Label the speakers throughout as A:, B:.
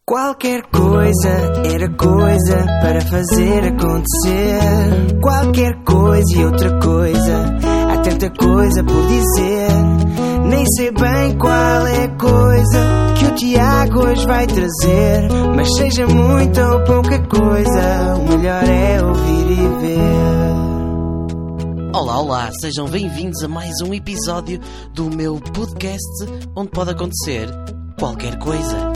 A: Qualquer coisa era coisa para fazer acontecer. Qualquer coisa e outra coisa, há tanta coisa por dizer. Nem sei bem qual é a coisa que o Tiago hoje vai trazer, mas seja muita ou pouca coisa, o melhor é ouvir e ver.
B: Olá, sejam bem-vindos a mais um episódio do meu podcast, onde pode acontecer qualquer coisa.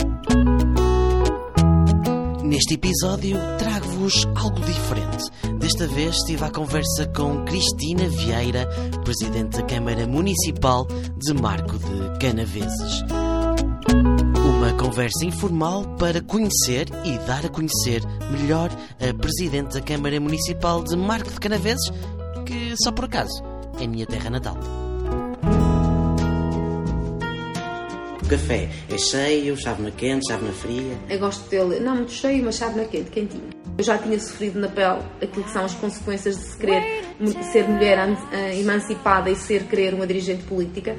B: Neste episódio trago-vos algo diferente. Desta vez estive à conversa com Cristina Vieira, Presidente da Câmara Municipal de Marco de Canaveses. Uma conversa informal para conhecer e dar a conhecer melhor a Presidente da Câmara Municipal de Marco de Canaveses, que só por acaso é a minha terra natal.
C: Café é cheio, chávena quente, chávena fria?
D: Eu gosto dele, não muito cheio, mas chávena quente, quentinho. Eu já tinha sofrido na pele aquilo que são as consequências de se querer ser mulher emancipada e querer uma dirigente política.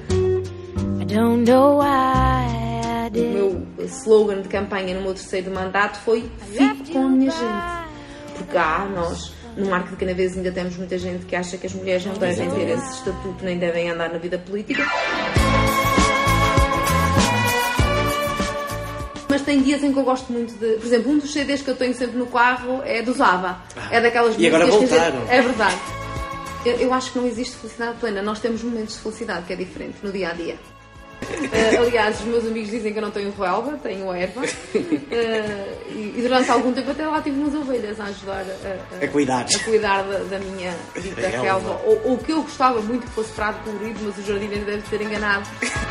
D: O meu slogan de campanha no meu terceiro mandato foi "Fique com a minha gente". Porque nós, no Marco de Canaveses, ainda temos muita gente que acha que as mulheres não devem ter esse estatuto, nem devem andar na vida política. Mas tem dias em que eu gosto muito de... Por exemplo, um dos CDs que eu tenho sempre no carro é do Zava. É daquelas músicas...
C: E agora voltaram.
D: É verdade. Eu acho que não existe felicidade plena. Nós temos momentos de felicidade que é diferente no dia-a-dia. Aliás, os meus amigos dizem que eu não tenho relva, tenho erva. E durante algum tempo até lá tive umas ovelhas a ajudar
C: a cuidar
D: da minha dita relva. Ou que eu gostava muito que fosse prado colorido, mas o jardineiro deve ter enganado.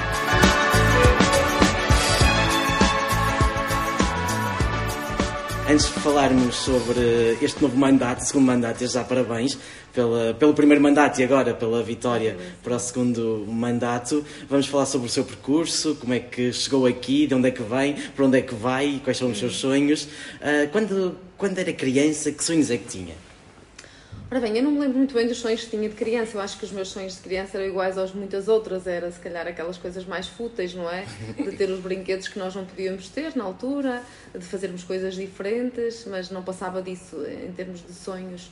C: Antes de falarmos sobre este novo mandato, segundo mandato, desde já parabéns pelo primeiro mandato e agora pela vitória para o segundo mandato. Vamos falar sobre o seu percurso, como é que chegou aqui, de onde é que vem, para onde é que vai, quais são os seus sonhos. Quando era criança, que sonhos é que tinha?
D: Ora bem, eu não me lembro muito bem dos sonhos que tinha de criança. Eu acho que os meus sonhos de criança eram iguais aos de muitas outras. Era, se calhar, aquelas coisas mais fúteis, não é? De ter os brinquedos que nós não podíamos ter na altura, de fazermos coisas diferentes, mas não passava disso em termos de sonhos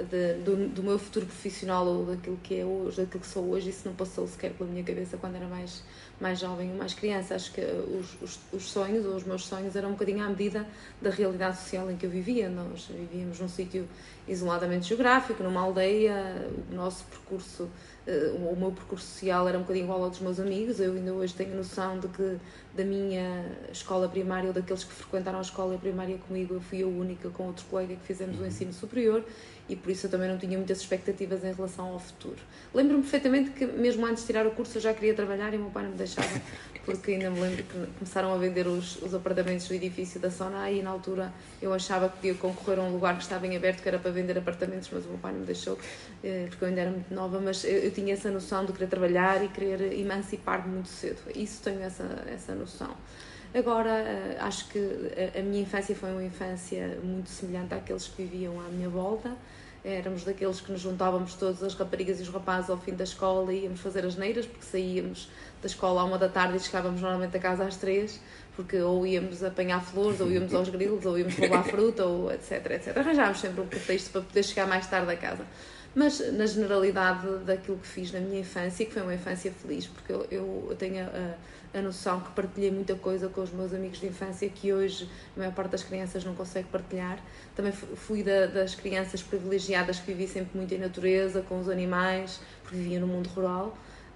D: do meu futuro profissional ou daquilo que é hoje, daquilo que sou hoje. Isso não passou sequer pela minha cabeça quando era mais jovem ou mais criança. Acho que os sonhos, ou os meus sonhos, eram um bocadinho à medida da realidade social em que eu vivia. Nós vivíamos num sítio isoladamente geográfico, numa aldeia. O nosso percurso, o meu percurso social era um bocadinho igual ao dos meus amigos. Eu ainda hoje tenho noção de que da minha escola primária, ou daqueles que frequentaram a escola primária comigo, eu fui a única com outro colega que fizemos o ensino superior, e por isso eu também não tinha muitas expectativas em relação ao futuro. Lembro-me perfeitamente que mesmo antes de tirar o curso eu já queria trabalhar e o meu pai não me deixava, porque ainda me lembro que começaram a vender os apartamentos do edifício da Sonai e na altura eu achava que podia concorrer a um lugar que estava em aberto, que era para vender apartamentos, mas o meu pai não me deixou, porque eu ainda era muito nova, mas eu tinha essa noção de querer trabalhar e querer emancipar-me muito cedo. Isso tenho essa noção. Agora, acho que a minha infância foi uma infância muito semelhante àqueles que viviam à minha volta. Éramos daqueles que nos juntávamos todas as raparigas e os rapazes ao fim da escola e íamos fazer asneiras, porque saíamos da escola à 1 da tarde e chegávamos normalmente a casa às 3, porque ou íamos apanhar flores, ou íamos aos grilos, ou íamos roubar fruta, ou etc. Arranjávamos sempre um pretexto para poder chegar mais tarde a casa. Mas na generalidade daquilo que fiz na minha infância, que foi uma infância feliz, porque eu tenho a noção que partilhei muita coisa com os meus amigos de infância que hoje a maior parte das crianças não consegue partilhar. Também fui das crianças privilegiadas que vivi sempre muito em natureza, com os animais, porque vivia no mundo rural.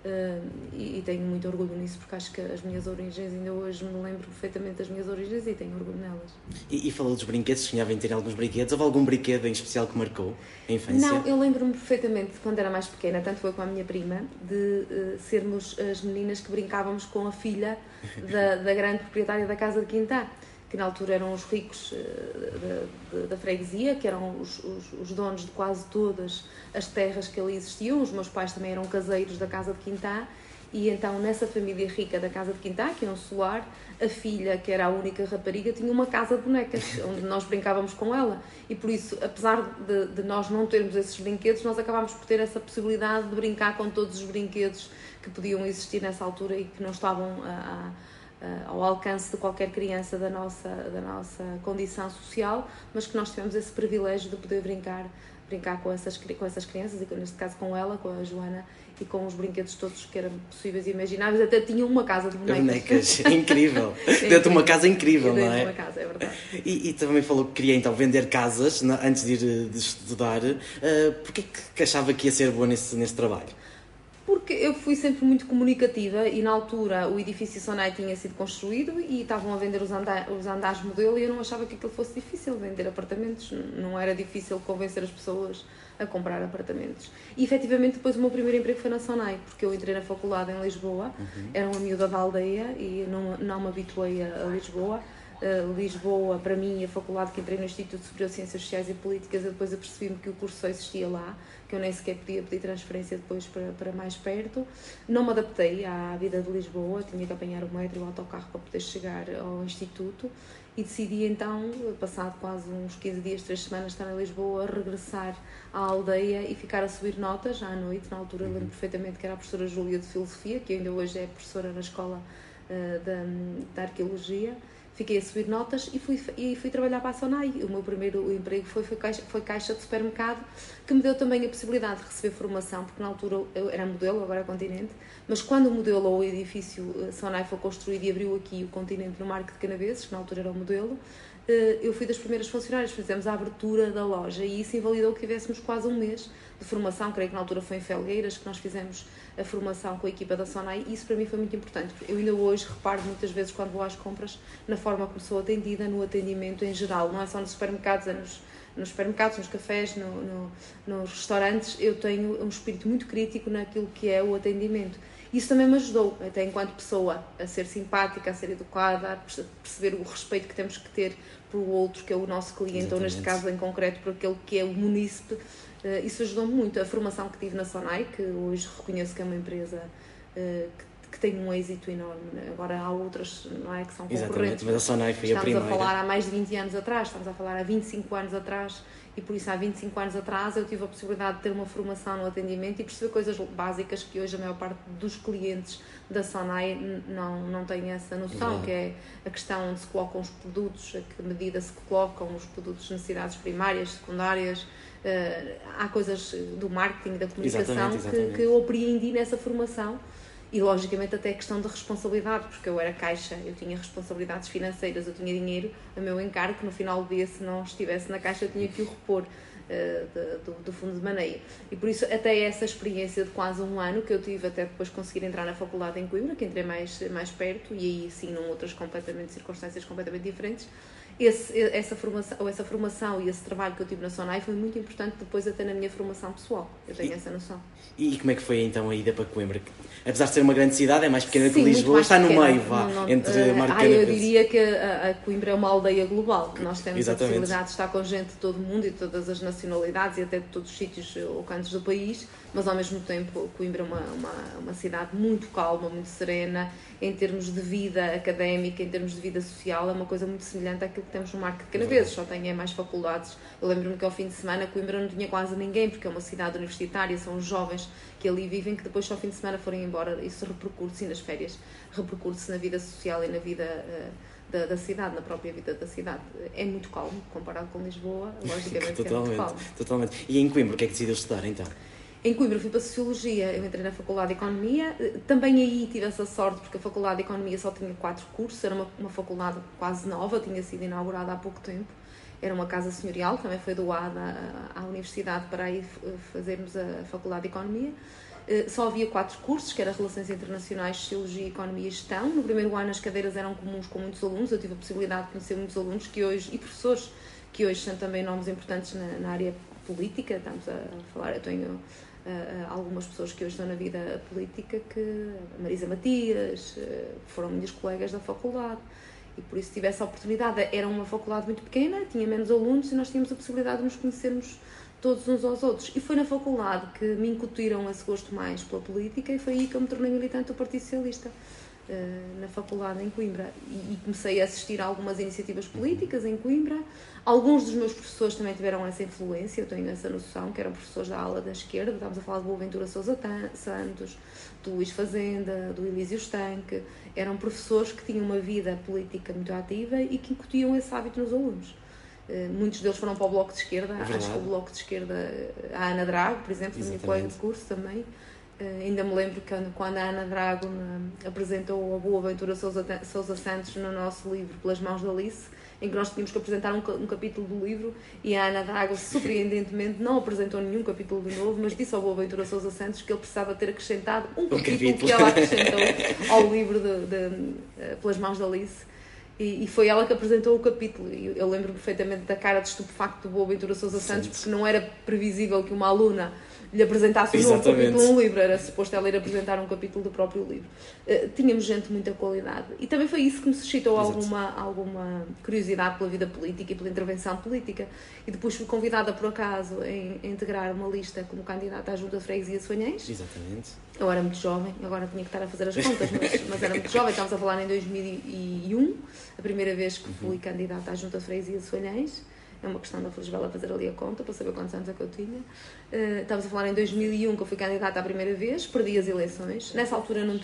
D: E tenho muito orgulho nisso, porque acho que as minhas origens, ainda hoje me lembro perfeitamente das minhas origens e tenho orgulho nelas.
C: E falou dos brinquedos, sonhava em ter alguns brinquedos. Houve algum brinquedo em especial que marcou a infância?
D: Não, eu lembro-me perfeitamente de quando era mais pequena, tanto eu como a minha prima, de sermos as meninas que brincávamos com a filha da grande proprietária da casa de Quintá, que na altura eram os ricos da freguesia, que eram os donos de quase todas as terras que ali existiam. Os meus pais também eram caseiros da casa de Quintá, e então nessa família rica da casa de Quintá, que é um solar, a filha, que era a única rapariga, tinha uma casa de bonecas, onde nós brincávamos com ela, e por isso, apesar de nós não termos esses brinquedos, nós acabámos por ter essa possibilidade de brincar com todos os brinquedos que podiam existir nessa altura e que não estavam ao alcance de qualquer criança da nossa condição social, mas que nós tivemos esse privilégio de poder brincar com essas crianças, e neste caso com ela, com a Joana, e com os brinquedos todos que eram possíveis e imagináveis. Até tinha uma casa de bonecas.
C: É incrível. Dentro de uma casa incrível, não é?
D: Dentro de uma casa, é verdade.
C: E também falou que queria então vender casas antes de ir de estudar. Porquê que achava que ia ser boa nesse trabalho?
D: Porque eu fui sempre muito comunicativa e na altura o edifício Sonai tinha sido construído e estavam a vender os andares modelo e eu não achava que aquilo fosse difícil, vender apartamentos. Não era difícil convencer as pessoas a comprar apartamentos. E efetivamente depois o meu primeiro emprego foi na Sonai, porque eu entrei na faculdade em Lisboa, era uma miúda da aldeia e não me habituei a Lisboa. Lisboa, para mim, a faculdade que entrei no Instituto Superior de Ciências Sociais e Políticas, depois apercebi-me que o curso só existia lá, que eu nem sequer podia pedir transferência depois para mais perto. Não me adaptei à vida de Lisboa, tinha que apanhar o metro e o autocarro para poder chegar ao Instituto e decidi então, passado quase uns 15 dias, 3 semanas, estar em Lisboa, regressar à aldeia e ficar a subir notas à noite. Na altura lembro perfeitamente que era a professora Júlia de Filosofia, que ainda hoje é professora na Escola da Arqueologia. Fiquei a subir notas e fui trabalhar para a Sonai. O meu primeiro emprego foi caixa de supermercado, que me deu também a possibilidade de receber formação, porque na altura eu era modelo, agora é Continente, mas quando o modelo ou o edifício Sonai foi construído e abriu aqui o Continente no Marco de Canaveses, que na altura era o modelo, eu fui das primeiras funcionárias, fizemos a abertura da loja e isso invalidou que tivéssemos quase um mês de formação. Creio que na altura foi em Felgueiras que nós fizemos a formação com a equipa da Sonai e isso para mim foi muito importante, porque eu ainda hoje reparo muitas vezes quando vou às compras na forma como sou atendida, no atendimento em geral, não é só nos supermercados, é nos supermercados, nos cafés, nos restaurantes. Eu tenho um espírito muito crítico naquilo que é o atendimento. Isso também me ajudou, até enquanto pessoa, a ser simpática, a ser educada, a perceber o respeito que temos que ter pelo outro, que é o nosso cliente, exatamente, ou neste caso em concreto por aquele que é o munícipe. Isso ajudou-me muito. A formação que tive na Sonai, que hoje reconheço que é uma empresa que tem um êxito enorme. Agora há outras, não é, que são concorrentes.
C: Exatamente, mas a Sonai foi a primeira.
D: Estamos a falar há mais de 20 anos atrás, estamos a falar há 25 anos atrás. E por isso há 25 anos atrás eu tive a possibilidade de ter uma formação no atendimento e perceber coisas básicas que hoje a maior parte dos clientes da Sonai não tem essa noção, que é a questão onde se colocam os produtos, a que medida se colocam os produtos de necessidades primárias, secundárias. Há coisas do marketing, da comunicação, exatamente. Que eu apreendi nessa formação. E, logicamente, até a questão da responsabilidade, porque eu era caixa, eu tinha responsabilidades financeiras, eu tinha dinheiro a meu encargo, que no final do dia, se não estivesse na caixa, eu tinha que o repor do fundo de maneio. E, por isso, até essa experiência de quase um ano que eu tive até depois conseguir entrar na faculdade em Coimbra, que entrei mais perto, e aí, sim, num outras circunstâncias completamente diferentes, essa formação e esse trabalho que eu tive na Sonai foi muito importante depois até na minha formação pessoal. Eu tenho essa noção.
C: E como é que foi então a ida para Coimbra? Apesar de ser uma grande cidade, é mais pequena que Lisboa, está no meio, entre Marco e
D: eu diria que a Coimbra é uma aldeia global. Nós temos
C: exatamente.
D: A possibilidade de estar com gente de todo o mundo e de todas as nacionalidades e até de todos os sítios ou cantos do país, mas ao mesmo tempo Coimbra é uma cidade muito calma, muito serena, em termos de vida académica, em termos de vida social, é uma coisa muito semelhante àquilo que temos no Marco de Canaveses, só tem mais faculdades. Eu lembro-me que ao fim de semana Coimbra não tinha quase ninguém, porque é uma cidade universitária, são os jovens que ali vivem, que depois só ao fim de semana forem embora. Isso repercute-se nas férias, repercute-se na vida social e na vida da cidade, na própria vida da cidade. É muito calmo, comparado com Lisboa, logicamente é muito calmo.
C: Totalmente. E em Coimbra, o que é que decidiu estudar então?
D: Em Coimbra fui para a Sociologia, eu entrei na Faculdade de Economia, também aí tive essa sorte porque a Faculdade de Economia só tinha 4 cursos, era uma faculdade quase nova, tinha sido inaugurada há pouco tempo, era uma casa senhorial, também foi doada à Universidade para aí fazermos a Faculdade de Economia. Só havia 4 cursos, que era Relações Internacionais, Sociologia, Economia e Gestão. No primeiro ano as cadeiras eram comuns com muitos alunos, eu tive a possibilidade de conhecer muitos alunos e professores que hoje são também nomes importantes na área política. Estamos a falar, eu tenho algumas pessoas que hoje estão na vida política, a Marisa Matias, foram minhas colegas da faculdade, e por isso tive essa oportunidade. Era uma faculdade muito pequena, tinha menos alunos e nós tínhamos a possibilidade de nos conhecermos todos uns aos outros. E foi na faculdade que me incutiram esse gosto mais pela política e foi aí que eu me tornei militante do Partido Socialista. na faculdade em Coimbra e comecei a assistir a algumas iniciativas políticas em Coimbra. Alguns dos meus professores também tiveram essa influência, eu tenho essa noção, que eram professores da ala da esquerda. Estávamos a falar de Boaventura Sousa Santos, do Luís Fazenda, do Elísio Estanque. Eram professores que tinham uma vida política muito ativa e que incutiam esse hábito nos alunos. Muitos deles foram para o Bloco de Esquerda. Acho que o Bloco de Esquerda, a Ana Drago, por exemplo, a minha colega de curso também. Ainda me lembro que quando a Ana Drago apresentou a Boaventura Sousa Santos no nosso livro Pelas Mãos da Alice, em que nós tínhamos que apresentar um capítulo do livro, e a Ana Drago, surpreendentemente, não apresentou nenhum capítulo de novo, mas disse ao Boaventura Sousa Santos que ele precisava ter acrescentado um capítulo que ela acrescentou ao livro Pelas Mãos da Alice. E foi ela que apresentou o capítulo. Eu lembro-me perfeitamente da cara de estupefacto do Boaventura Sousa Santos, porque não era previsível que uma aluna lhe apresentasse um novo capítulo num livro, era suposto ela ir apresentar um capítulo do próprio livro. Tínhamos gente de muita qualidade e também foi isso que me suscitou alguma curiosidade pela vida política e pela intervenção política. E depois fui convidada por acaso a integrar uma lista como candidata à Junta de Freguesia de Soanhães.
C: Exatamente.
D: Eu era muito jovem, agora tinha que estar a fazer as contas, mas era muito jovem. Estávamos a falar em 2001, a primeira vez que fui candidata à Junta de Freguesia de Soanhães. É uma questão da Felisbela fazer ali a conta para saber quantos anos é que eu tinha. Estávamos a falar em 2001, que eu fui candidata a primeira vez, perdi as eleições. Nessa altura eu não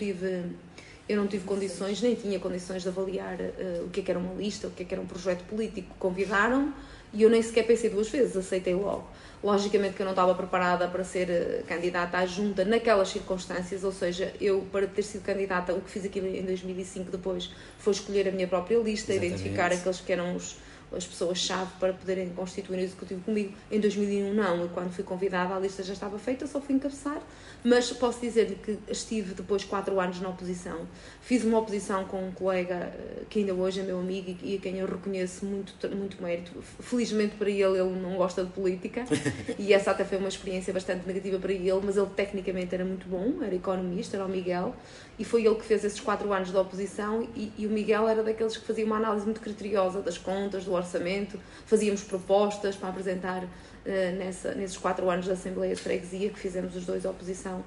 D: tive condições, nem tinha condições de avaliar o que era uma lista, o que era um projeto político. Convidaram e eu nem sequer pensei duas vezes, aceitei logo. Logicamente que eu não estava preparada para ser candidata à junta naquelas circunstâncias, ou seja, eu, para ter sido candidata, o que fiz aqui em 2005 depois foi escolher a minha própria lista, identificar aqueles que eram as pessoas-chave para poderem constituir o executivo comigo. Em 2001 não, eu quando fui convidada a lista já estava feita, só fui encabeçar, mas posso dizer-lhe que estive depois 4 anos na oposição. Fiz uma oposição com um colega que ainda hoje é meu amigo e a quem eu reconheço muito mérito. Felizmente para ele não gosta de política e essa até foi uma experiência bastante negativa para ele, mas ele tecnicamente era muito bom, era economista, era o Miguel, e foi ele que fez esses 4 anos de oposição e o Miguel era daqueles que fazia uma análise muito criteriosa das contas, do orçamento, fazíamos propostas para apresentar nesses 4 anos da Assembleia de Freguesia, que fizemos os dois a oposição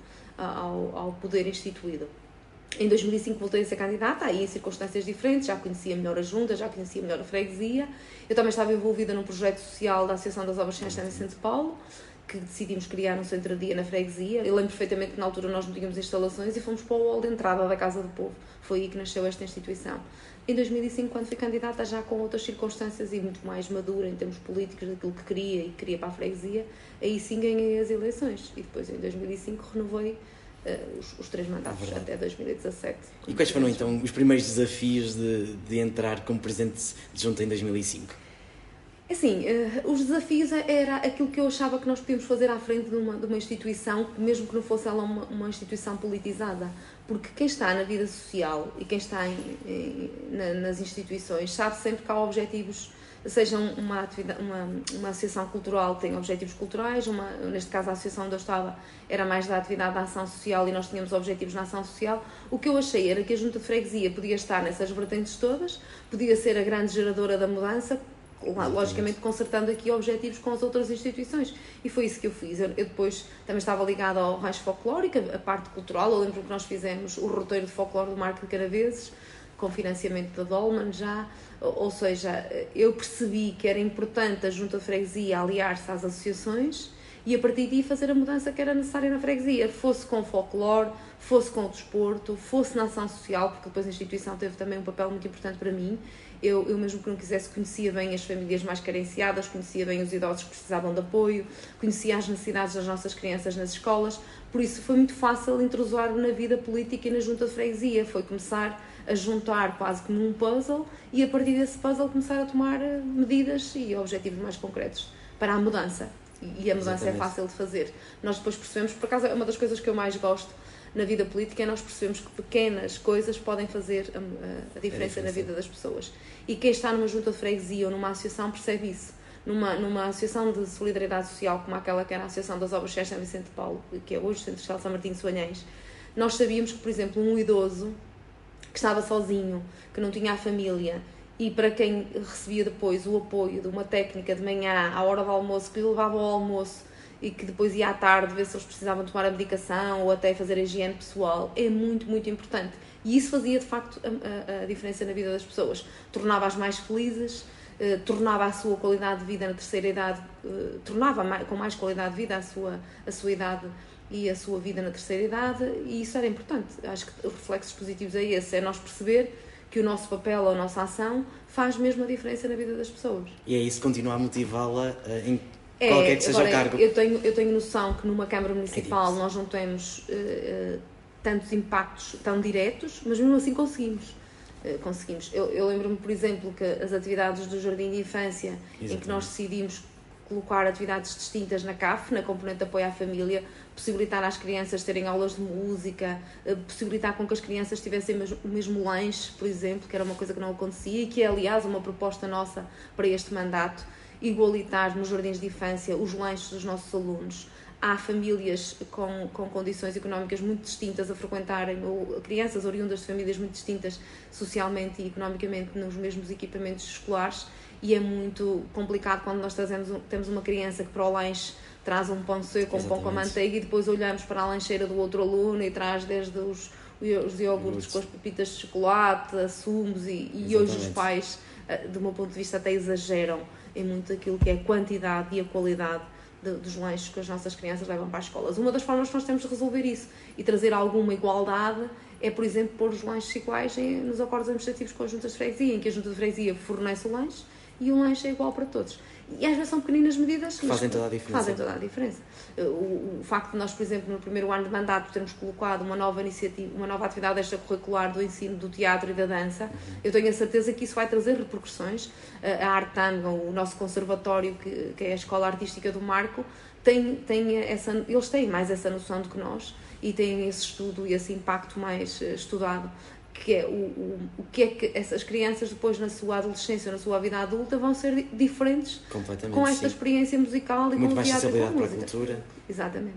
D: ao poder instituído. Em 2005 voltei a ser candidata, aí em circunstâncias diferentes, já conhecia melhor a junta, já conhecia melhor a freguesia. Eu também estava envolvida num projeto social da Associação das Obras Sociais de São Vicente de Paulo, que decidimos criar um centro-dia na freguesia. Eu lembro perfeitamente que na altura nós não tínhamos instalações e fomos para o hall de entrada da Casa do Povo. Foi aí que nasceu esta instituição. Em 2005, quando fui candidata, já com outras circunstâncias e muito mais madura em termos políticos, daquilo que queria para a freguesia, aí sim ganhei as eleições. E depois, em 2005, renovei os 3 mandatos até 2017.
C: E quais foram, então, os primeiros desafios de entrar como presidente de junta em 2005?
D: Assim, os desafios era aquilo que eu achava que nós podíamos fazer à frente de uma instituição, mesmo que não fosse ela uma instituição politizada, porque quem está na vida social e quem está nas instituições sabe sempre que há objetivos, seja uma associação cultural que tem objetivos culturais, neste caso a associação onde eu estava era mais da atividade da ação social e nós tínhamos objetivos na ação social. O que eu achei era que a Junta de Freguesia podia estar nessas vertentes todas, podia ser a grande geradora da mudança, logicamente concertando aqui objetivos com as outras instituições, e foi isso que eu fiz. Eu depois também estava ligada ao rancho folclórico, a parte cultural. Eu lembro que nós fizemos o roteiro de folclore do Marco de Canaveses com financiamento da Dolman já, ou seja, eu percebi que era importante a Junta de Freguesia aliar-se às associações e a partir daí fazer a mudança que era necessária na freguesia, fosse com o folclore, fosse com o desporto, fosse na ação social, porque depois a instituição teve também um papel muito importante para mim. Eu mesmo que não quisesse, conhecia bem as famílias mais carenciadas, conhecia bem os idosos que precisavam de apoio, conhecia as necessidades das nossas crianças nas escolas, por isso foi muito fácil intrusar na vida política e na junta de freguesia, foi começar a juntar quase como um puzzle e a partir desse puzzle começar a tomar medidas e objetivos mais concretos para a mudança. E a mudança é fácil de fazer. Nós depois percebemos, por acaso é uma das coisas que eu mais gosto na vida política, é nós percebemos que pequenas coisas podem fazer a diferença na vida das pessoas. E quem está numa junta de freguesia ou numa associação percebe isso. Numa associação de solidariedade social, como aquela que era a Associação das Obras Sociais de São Vicente de Paulo, que é hoje o Centro Social São Martinho de Soanhães, nós sabíamos que, por exemplo, um idoso que estava sozinho, que não tinha a família, e para quem recebia depois o apoio de uma técnica de manhã, à hora do almoço, que lhe levava ao almoço e que depois ia à tarde ver se eles precisavam tomar a medicação ou até fazer a higiene pessoal, é muito, muito importante. E isso fazia, de facto, a diferença na vida das pessoas. Tornava-as mais felizes, tornava a sua qualidade de vida na terceira idade, tornava com mais qualidade de vida a sua idade e a sua vida na terceira idade, e isso era importante. Acho que os reflexos positivos é esse, é nós perceber que o nosso papel, a nossa ação, faz mesmo a diferença na vida das pessoas.
C: E é isso, continuar a motivá-la em qualquer que seja
D: agora,
C: o cargo.
D: Eu tenho noção que numa Câmara Municipal nós não temos tantos impactos tão diretos, mas mesmo assim conseguimos. Eu lembro-me, por exemplo, que as atividades do Jardim de Infância, em que nós decidimos colocar atividades distintas na CAF, na componente de apoio à família, possibilitar às crianças terem aulas de música, possibilitar com que as crianças tivessem o mesmo lanche, por exemplo, que era uma coisa que não acontecia e que é, aliás, uma proposta nossa para este mandato, igualitar nos jardins de infância os lanches dos nossos alunos. Há famílias com condições económicas muito distintas a frequentarem, ou crianças oriundas de famílias muito distintas socialmente e economicamente nos mesmos equipamentos escolares, e é muito complicado quando nós temos uma criança que para o lanche traz um pão seco, um pão com a manteiga, e depois olhamos para a lancheira do outro aluno e traz desde os iogurtes com as pepitas de chocolate, sumos, e hoje os pais, do meu ponto de vista, até exageram em muito aquilo que é a quantidade e a qualidade dos lanches que as nossas crianças levam para as escolas. Uma das formas que nós temos de resolver isso e trazer alguma igualdade é, por exemplo, pôr os lanches iguais nos acordos administrativos com as juntas de freguesia, em que a junta de freguesia fornece o lanche e o lanche é igual para todos. E às vezes são pequeninas medidas que
C: fazem toda a diferença.
D: Fazem toda a diferença. O facto de nós, por exemplo, no primeiro ano de mandato termos colocado uma nova iniciativa, uma nova atividade extracurricular do ensino do teatro e da dança, eu tenho a certeza que isso vai trazer repercussões. A Artanga, o nosso conservatório, que é a Escola Artística do Marco, eles têm mais essa noção do que nós e têm esse estudo e esse impacto mais estudado, que é o que é que essas crianças depois na sua adolescência, na sua vida adulta, vão ser diferentes com esta experiência musical e
C: muito
D: com o
C: mais
D: teatro e com a
C: sensibilidade
D: música.
C: para a cultura.
D: Exatamente.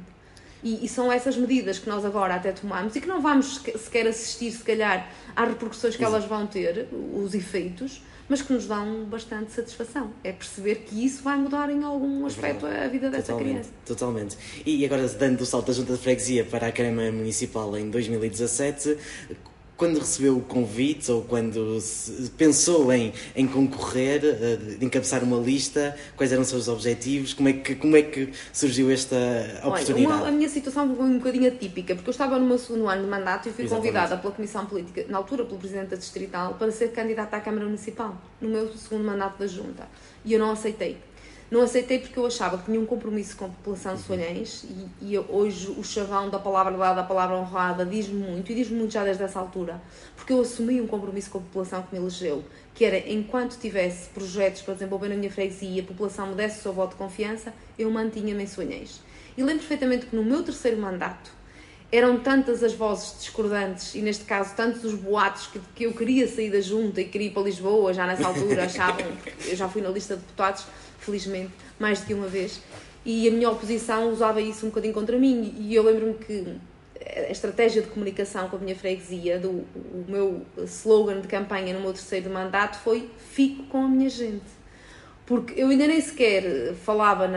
D: E são essas medidas que nós agora até tomamos e que não vamos sequer assistir, se calhar, às repercussões que elas vão ter, os efeitos, mas que nos dão bastante satisfação. É perceber que isso vai mudar em algum aspecto a vida dessa criança.
C: Totalmente. E agora, dando o salto da Junta de Freguesia para a Câmara Municipal em 2017, quando recebeu o convite ou quando pensou em concorrer, de encabeçar uma lista, quais eram os seus objetivos? Como é que surgiu esta oportunidade?
D: A minha situação foi um bocadinho atípica, porque eu estava no meu segundo ano de mandato e fui convidada pela Comissão Política, na altura pelo Presidente da Distrital, para ser candidata à Câmara Municipal, no meu segundo mandato da Junta. E eu não aceitei. Não aceitei porque eu achava que tinha um compromisso com a população de Soalhães e hoje o chavão da palavra dada, da palavra honrada, diz-me muito, e diz-me muito já desde essa altura, porque eu assumi um compromisso com a população que me elegeu, que era, enquanto tivesse projetos para desenvolver na minha freguesia e a população me desse o seu voto de confiança, eu mantinha-me em Soalhães. E lembro perfeitamente que no meu terceiro mandato eram tantas as vozes discordantes e, neste caso, tantos os boatos que eu queria sair da Junta e queria ir para Lisboa, já nessa altura achavam, eu já fui na lista de deputados, felizmente, mais do que uma vez, e a minha oposição usava isso um bocadinho contra mim, e eu lembro-me que a estratégia de comunicação com a minha freguesia, o meu slogan de campanha no meu terceiro mandato foi "Fico com a minha gente", porque eu ainda nem sequer falava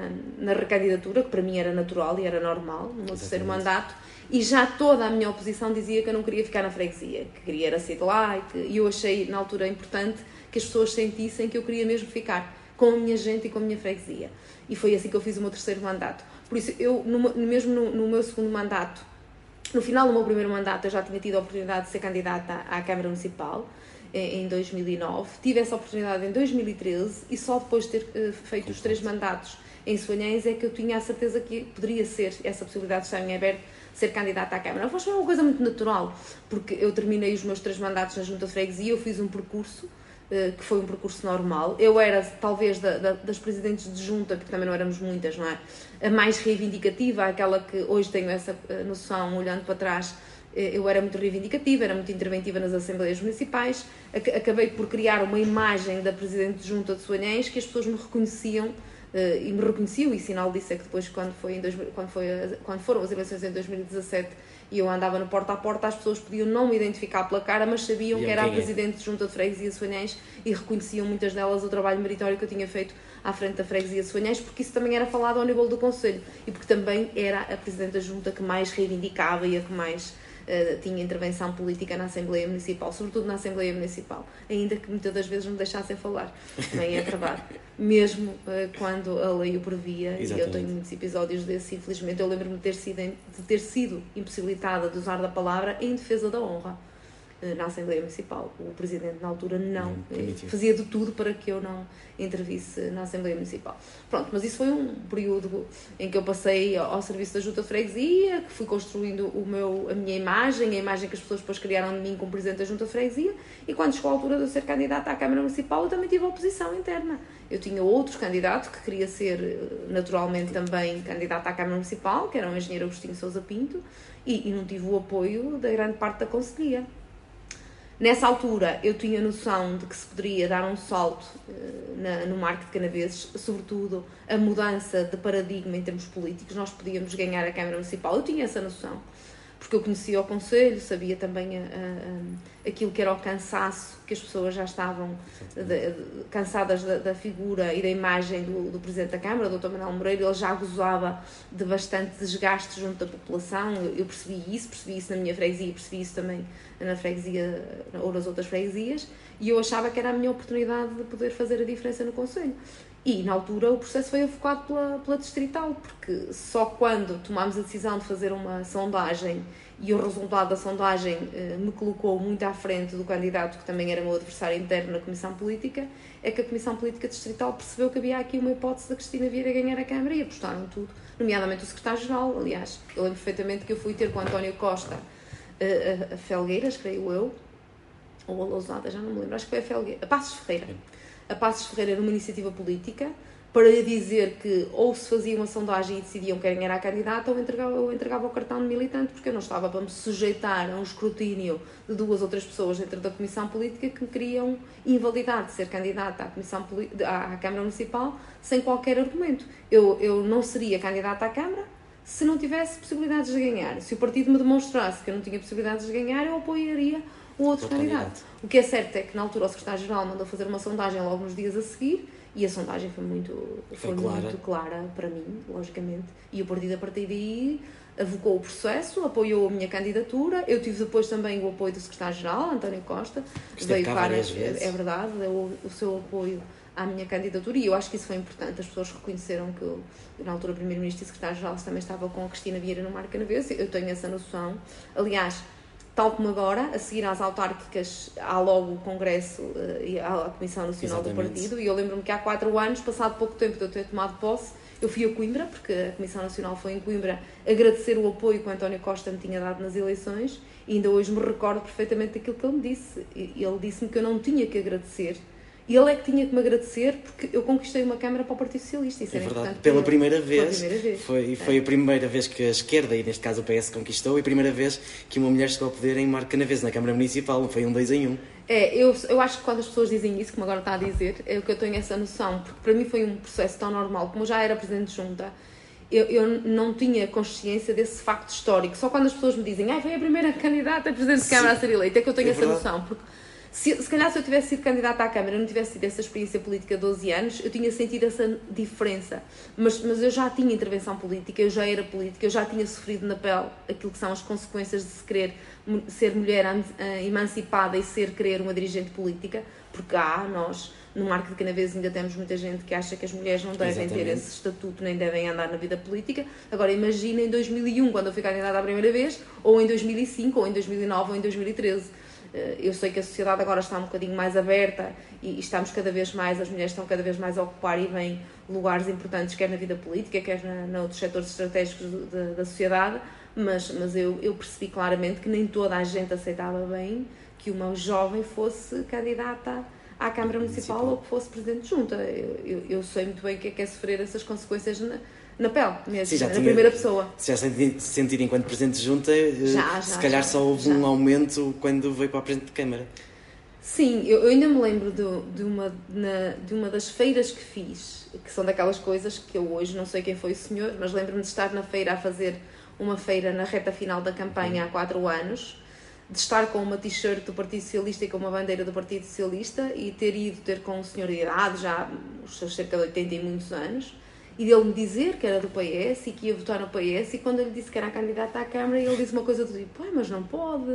D: na recandidatura, que para mim era natural e era normal, no meu terceiro mandato, e já toda a minha oposição dizia que eu não queria ficar na freguesia, que queria era sair de lá, e eu achei na altura importante que as pessoas sentissem que eu queria mesmo ficar com a minha gente e com a minha freguesia. E foi assim que eu fiz o meu terceiro mandato. Por isso, eu, mesmo no meu segundo mandato, no final do meu primeiro mandato, eu já tinha tido a oportunidade de ser candidata à Câmara Municipal, em 2009. Tive essa oportunidade em 2013 e só depois de ter feito os 3 mandatos em Soalhães é que eu tinha a certeza que poderia ser, essa possibilidade de estar em aberto, ser candidata à Câmara. Foi uma coisa muito natural, porque eu terminei os meus 3 mandatos na Junta de Freguesia, eu fiz um percurso, que foi um percurso normal. Eu era, talvez, das presidentes de junta, porque também não éramos muitas, não é? A mais reivindicativa, aquela que hoje tenho essa noção, olhando para trás, eu era muito reivindicativa, era muito interventiva nas Assembleias Municipais, acabei por criar uma imagem da presidente de junta de Soalhães que as pessoas me reconheciam, e me reconheciam, e sinal disso é que depois, quando foram as eleições em 2017, e eu andava no porta a porta, as pessoas podiam não me identificar pela cara, mas sabiam que era a presidente de junta de freguesia de Soalhães e reconheciam muitas delas o trabalho meritório que eu tinha feito à frente da freguesia de Soalhães, porque isso também era falado ao nível do Conselho e porque também era a presidente da junta que mais reivindicava e a que mais tinha intervenção política na Assembleia Municipal, sobretudo na Assembleia Municipal, ainda que muitas das vezes me deixassem falar, também é verdade, mesmo quando a lei o previa. Exatamente. E eu tenho muitos episódios desses, infelizmente. Eu lembro-me de ter sido impossibilitada de usar da palavra em defesa da honra na Assembleia Municipal. O Presidente, na altura, não fazia de tudo para que eu não intervisse na Assembleia Municipal. Pronto, mas isso foi um período em que eu passei ao serviço da Junta de Freguesia, que fui construindo a minha imagem, a imagem que as pessoas depois criaram de mim como Presidente da Junta de Freguesia, e quando chegou a altura de eu ser candidata à Câmara Municipal, eu também tive oposição interna. Eu tinha outro candidato que queria ser, naturalmente, também candidato à Câmara Municipal, que era o engenheiro Agostinho Sousa Pinto, e não tive o apoio da grande parte da Conselhia. Nessa altura, eu tinha noção de que se poderia dar um salto no Marco de Canaveses, sobretudo a mudança de paradigma em termos políticos. Nós podíamos ganhar a Câmara Municipal. Eu tinha essa noção, porque eu conhecia o Conselho, sabia também aquilo que era o cansaço, que as pessoas já estavam cansadas da figura e da imagem do Presidente da Câmara, o Dr. Manuel Moreira. Ele já gozava de bastante desgaste junto da população. Eu percebi isso na minha freguesia, percebi isso também na freguesia ou nas outras freguesias, e eu achava que era a minha oportunidade de poder fazer a diferença no Conselho. E, na altura, o processo foi avocado pela Distrital, porque só quando tomámos a decisão de fazer uma sondagem e o resultado da sondagem me colocou muito à frente do candidato, que também era meu adversário interno na Comissão Política, é que a Comissão Política Distrital percebeu que havia aqui uma hipótese da Cristina Vieira ganhar a Câmara, e apostaram tudo, nomeadamente o Secretário-Geral. Aliás, eu lembro perfeitamente que eu fui ter com o António Costa a Felgueiras, creio eu, ou a Lousada, já não me lembro, acho que foi a Passos Ferreira. A Passos Ferreira era uma iniciativa política para lhe dizer que ou se fazia uma sondagem e decidiam quem era a candidata, ou entregava o cartão de militante, porque eu não estava para me sujeitar a um escrutínio de 2 ou 3 pessoas dentro da Comissão Política que me queriam invalidar de ser candidata à Câmara Municipal sem qualquer argumento. Eu não seria candidata à Câmara se não tivesse possibilidades de ganhar. Se o partido me demonstrasse que eu não tinha possibilidades de ganhar, eu apoiaria o outro candidato. O que é certo é que, na altura, o Secretário-Geral mandou fazer uma sondagem logo nos dias a seguir, e a sondagem foi muito clara para mim, logicamente, e o partido, a partir daí, avocou o processo, apoiou a minha candidatura. Eu tive depois também o apoio do Secretário-Geral, António Costa, veio cá várias vezes. É verdade, deu o seu apoio à minha candidatura, e eu acho que isso foi importante. As pessoas reconheceram que eu, na altura, o Primeiro-Ministro e o Secretário-Geral também estava com a Cristina Vieira no Marco Canaveses. Eu tenho essa noção. Aliás, tal como agora, a seguir às autárquicas, há logo o Congresso e a Comissão Nacional do Partido, e eu lembro-me que há 4 anos, passado pouco tempo de eu ter tomado posse, eu fui a Coimbra, porque a Comissão Nacional foi em Coimbra, agradecer o apoio que o António Costa me tinha dado nas eleições, e ainda hoje me recordo perfeitamente daquilo que ele me disse. Ele disse-me que eu não tinha que agradecer, e ele é que tinha que me agradecer, porque eu conquistei uma Câmara para o Partido Socialista. Isso é verdade.
C: Pela primeira vez. Foi a primeira vez que a esquerda, e neste caso o PS, conquistou, e a primeira vez que uma mulher chegou ao poder em Marco Canaveses, na Câmara Municipal. Foi um 2 em 1.
D: Eu acho que quando as pessoas dizem isso, como agora está a dizer, é que eu tenho essa noção, porque para mim foi um processo tão normal. Como eu já era Presidente de Junta, eu não tinha consciência desse facto histórico. Só quando as pessoas me dizem foi a primeira candidata a Presidente de Câmara a ser eleita, é que eu tenho essa noção. Porque se calhar se eu tivesse sido candidata à Câmara e não tivesse tido essa experiência política de 12 anos, eu tinha sentido essa diferença. Mas eu já tinha intervenção política, eu já era política, eu já tinha sofrido na pele aquilo que são as consequências de se querer ser mulher emancipada e querer uma dirigente política, porque nós, no Marco de Canaveses, ainda temos muita gente que acha que as mulheres não devem ter esse estatuto, nem devem andar na vida política. Agora imagina em 2001, quando eu fui candidata a primeira vez, ou em 2005, ou em 2009, ou em 2013. Eu sei que a sociedade agora está um bocadinho mais aberta e estamos cada vez mais, as mulheres estão cada vez mais a ocupar e vêm lugares importantes, quer na vida política, quer noutros setores estratégicos da sociedade, mas eu percebi claramente que nem toda a gente aceitava bem que uma jovem fosse candidata à Câmara Municipal ou que fosse Presidente de Junta. Eu sei muito bem o que é sofrer essas consequências na pele, mesmo, na primeira pessoa.
C: Se já sentir enquanto Presidente de Junta, se calhar só houve um aumento quando veio para a Presidente de Câmara.
D: Sim, eu ainda me lembro de uma das feiras que fiz, que são daquelas coisas que eu hoje não sei quem foi o senhor, mas lembro-me de estar na feira a fazer uma feira na reta final da campanha há 4 anos, de estar com uma t-shirt do Partido Socialista e com uma bandeira do Partido Socialista e ter ido ter com um senhor de idade, já os seus cerca de 80 e muitos anos, e dele me dizer que era do PS e que ia votar no PS, e quando eu lhe disse que era candidata à Câmara, ele disse uma coisa do tipo, mas não pode.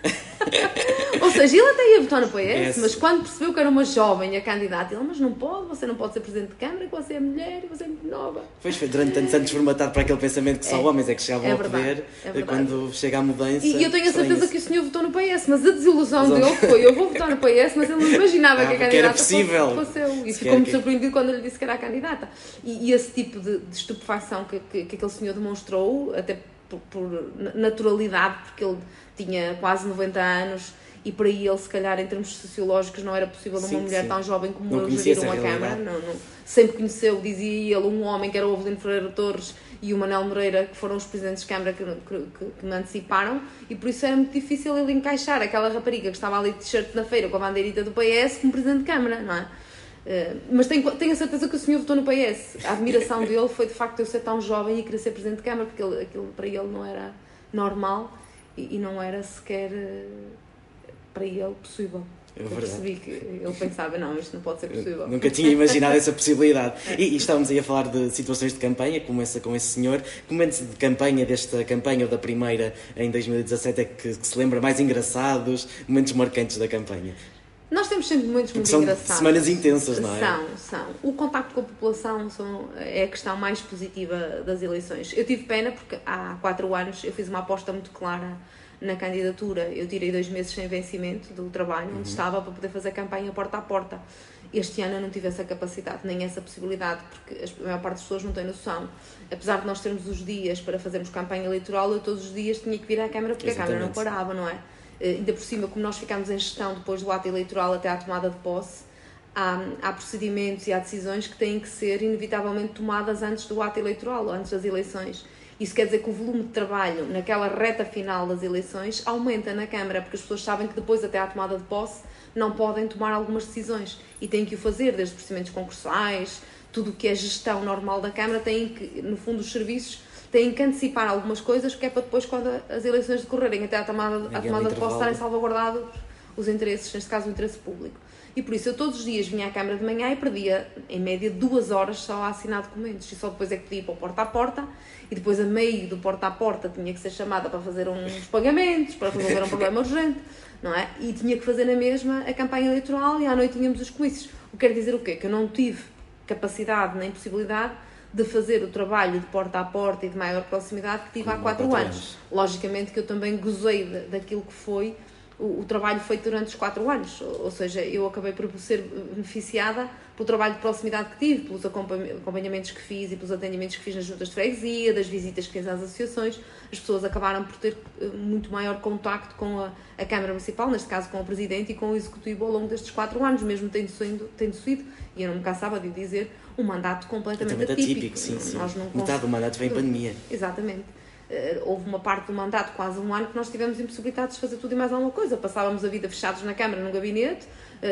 D: Ou seja, ele até ia votar no PS, mas quando percebeu que era uma jovem a candidata, ele, mas não pode, você não pode ser Presidente de Câmara, que você é mulher e você é muito nova.
C: Pois foi, durante tantos anos formatado para aquele pensamento que só homens é que chegavam ao poder, quando chega a mudança...
D: E eu tenho a certeza que o senhor votou no PS, mas a desilusão dele foi, eu vou votar no PS, mas ele não imaginava que a candidata fosse eu. E ficou muito surpreendido quando eu lhe disse que era a candidata. E esse tipo de estupefação que aquele senhor demonstrou, até por naturalidade, porque ele tinha quase 90 anos e para ele, se calhar, em termos sociológicos, não era possível uma mulher tão jovem como eu gerir uma Câmara. Sempre conheceu, dizia ele, um homem que era o Avelino Ferreira Torres e o Manuel Moreira, que foram os presidentes de Câmara que me anteciparam, e por isso era muito difícil ele encaixar aquela rapariga que estava ali de t-shirt na feira com a bandeirita do PS como presidente de Câmara, não é? Mas tenho a certeza que o senhor votou no PS. A admiração dele foi de facto eu ser tão jovem e querer ser presidente de Câmara, porque aquilo para ele não era normal e não era sequer para ele possível. Eu percebi que ele pensava, não, isto não pode ser possível.
C: Nunca tinha imaginado essa possibilidade. E estávamos aí a falar de situações de campanha, como essa com esse senhor. Que momentos de campanha, desta campanha ou da primeira em 2017, é que se lembra mais engraçados, momentos marcantes da campanha?
D: Nós temos sempre momentos muito
C: são
D: engraçados.
C: Semanas intensas, não é?
D: São. O contacto com a população é a questão mais positiva das eleições. Eu tive pena porque há 4 anos eu fiz uma aposta muito clara na candidatura. Eu tirei 2 meses sem vencimento do trabalho onde estava para poder fazer campanha porta a porta. Este ano eu não tive essa capacidade, nem essa possibilidade, porque a maior parte das pessoas não tem noção. Apesar de nós termos os dias para fazermos campanha eleitoral, eu todos os dias tinha que vir à Câmara porque a Câmara não parava, não é? Ainda por cima, como nós ficámos em gestão depois do ato eleitoral até à tomada de posse, há procedimentos e há decisões que têm que ser inevitavelmente tomadas antes do ato eleitoral, antes das eleições. Isso quer dizer que o volume de trabalho naquela reta final das eleições aumenta na Câmara, porque as pessoas sabem que depois até à tomada de posse não podem tomar algumas decisões e têm que o fazer, desde procedimentos concursais, tudo o que é gestão normal da Câmara, têm que, no fundo, os serviços têm que antecipar algumas coisas, que é para depois, quando as eleições decorrerem até à tomada de posse, estarem salvaguardados os interesses, neste caso o interesse público. E por isso eu todos os dias vinha à Câmara de manhã e perdia, em média, 2 horas só a assinar documentos. E só depois é que podia ir para o porta a porta, e depois, a meio do porta a porta, tinha que ser chamada para fazer uns pagamentos, para resolver um problema urgente, não é? E tinha que fazer na mesma a campanha eleitoral, e à noite tínhamos os comícios. O que quer dizer o quê? Que eu não tive capacidade nem possibilidade de fazer o trabalho de porta a porta e de maior proximidade que tive há 4 anos. Logicamente que eu também gozei daquilo que foi o trabalho feito durante os 4 anos, ou seja, eu acabei por ser beneficiada pelo trabalho de proximidade que tive, pelos acompanhamentos que fiz e pelos atendimentos que fiz nas juntas de freguesia, das visitas que fiz às associações. As pessoas acabaram por ter muito maior contacto com a Câmara Municipal, neste caso com o Presidente e com o Executivo ao longo destes 4 anos, mesmo tendo sido, e eu não me cansava de dizer, um mandato completamente atípico.
C: Sim. Metade do mandato vem em pandemia.
D: Exatamente. Houve uma parte do mandato, quase 1 ano, que nós tivemos impossibilitados de fazer tudo e mais alguma coisa. Passávamos a vida fechados na Câmara, num gabinete,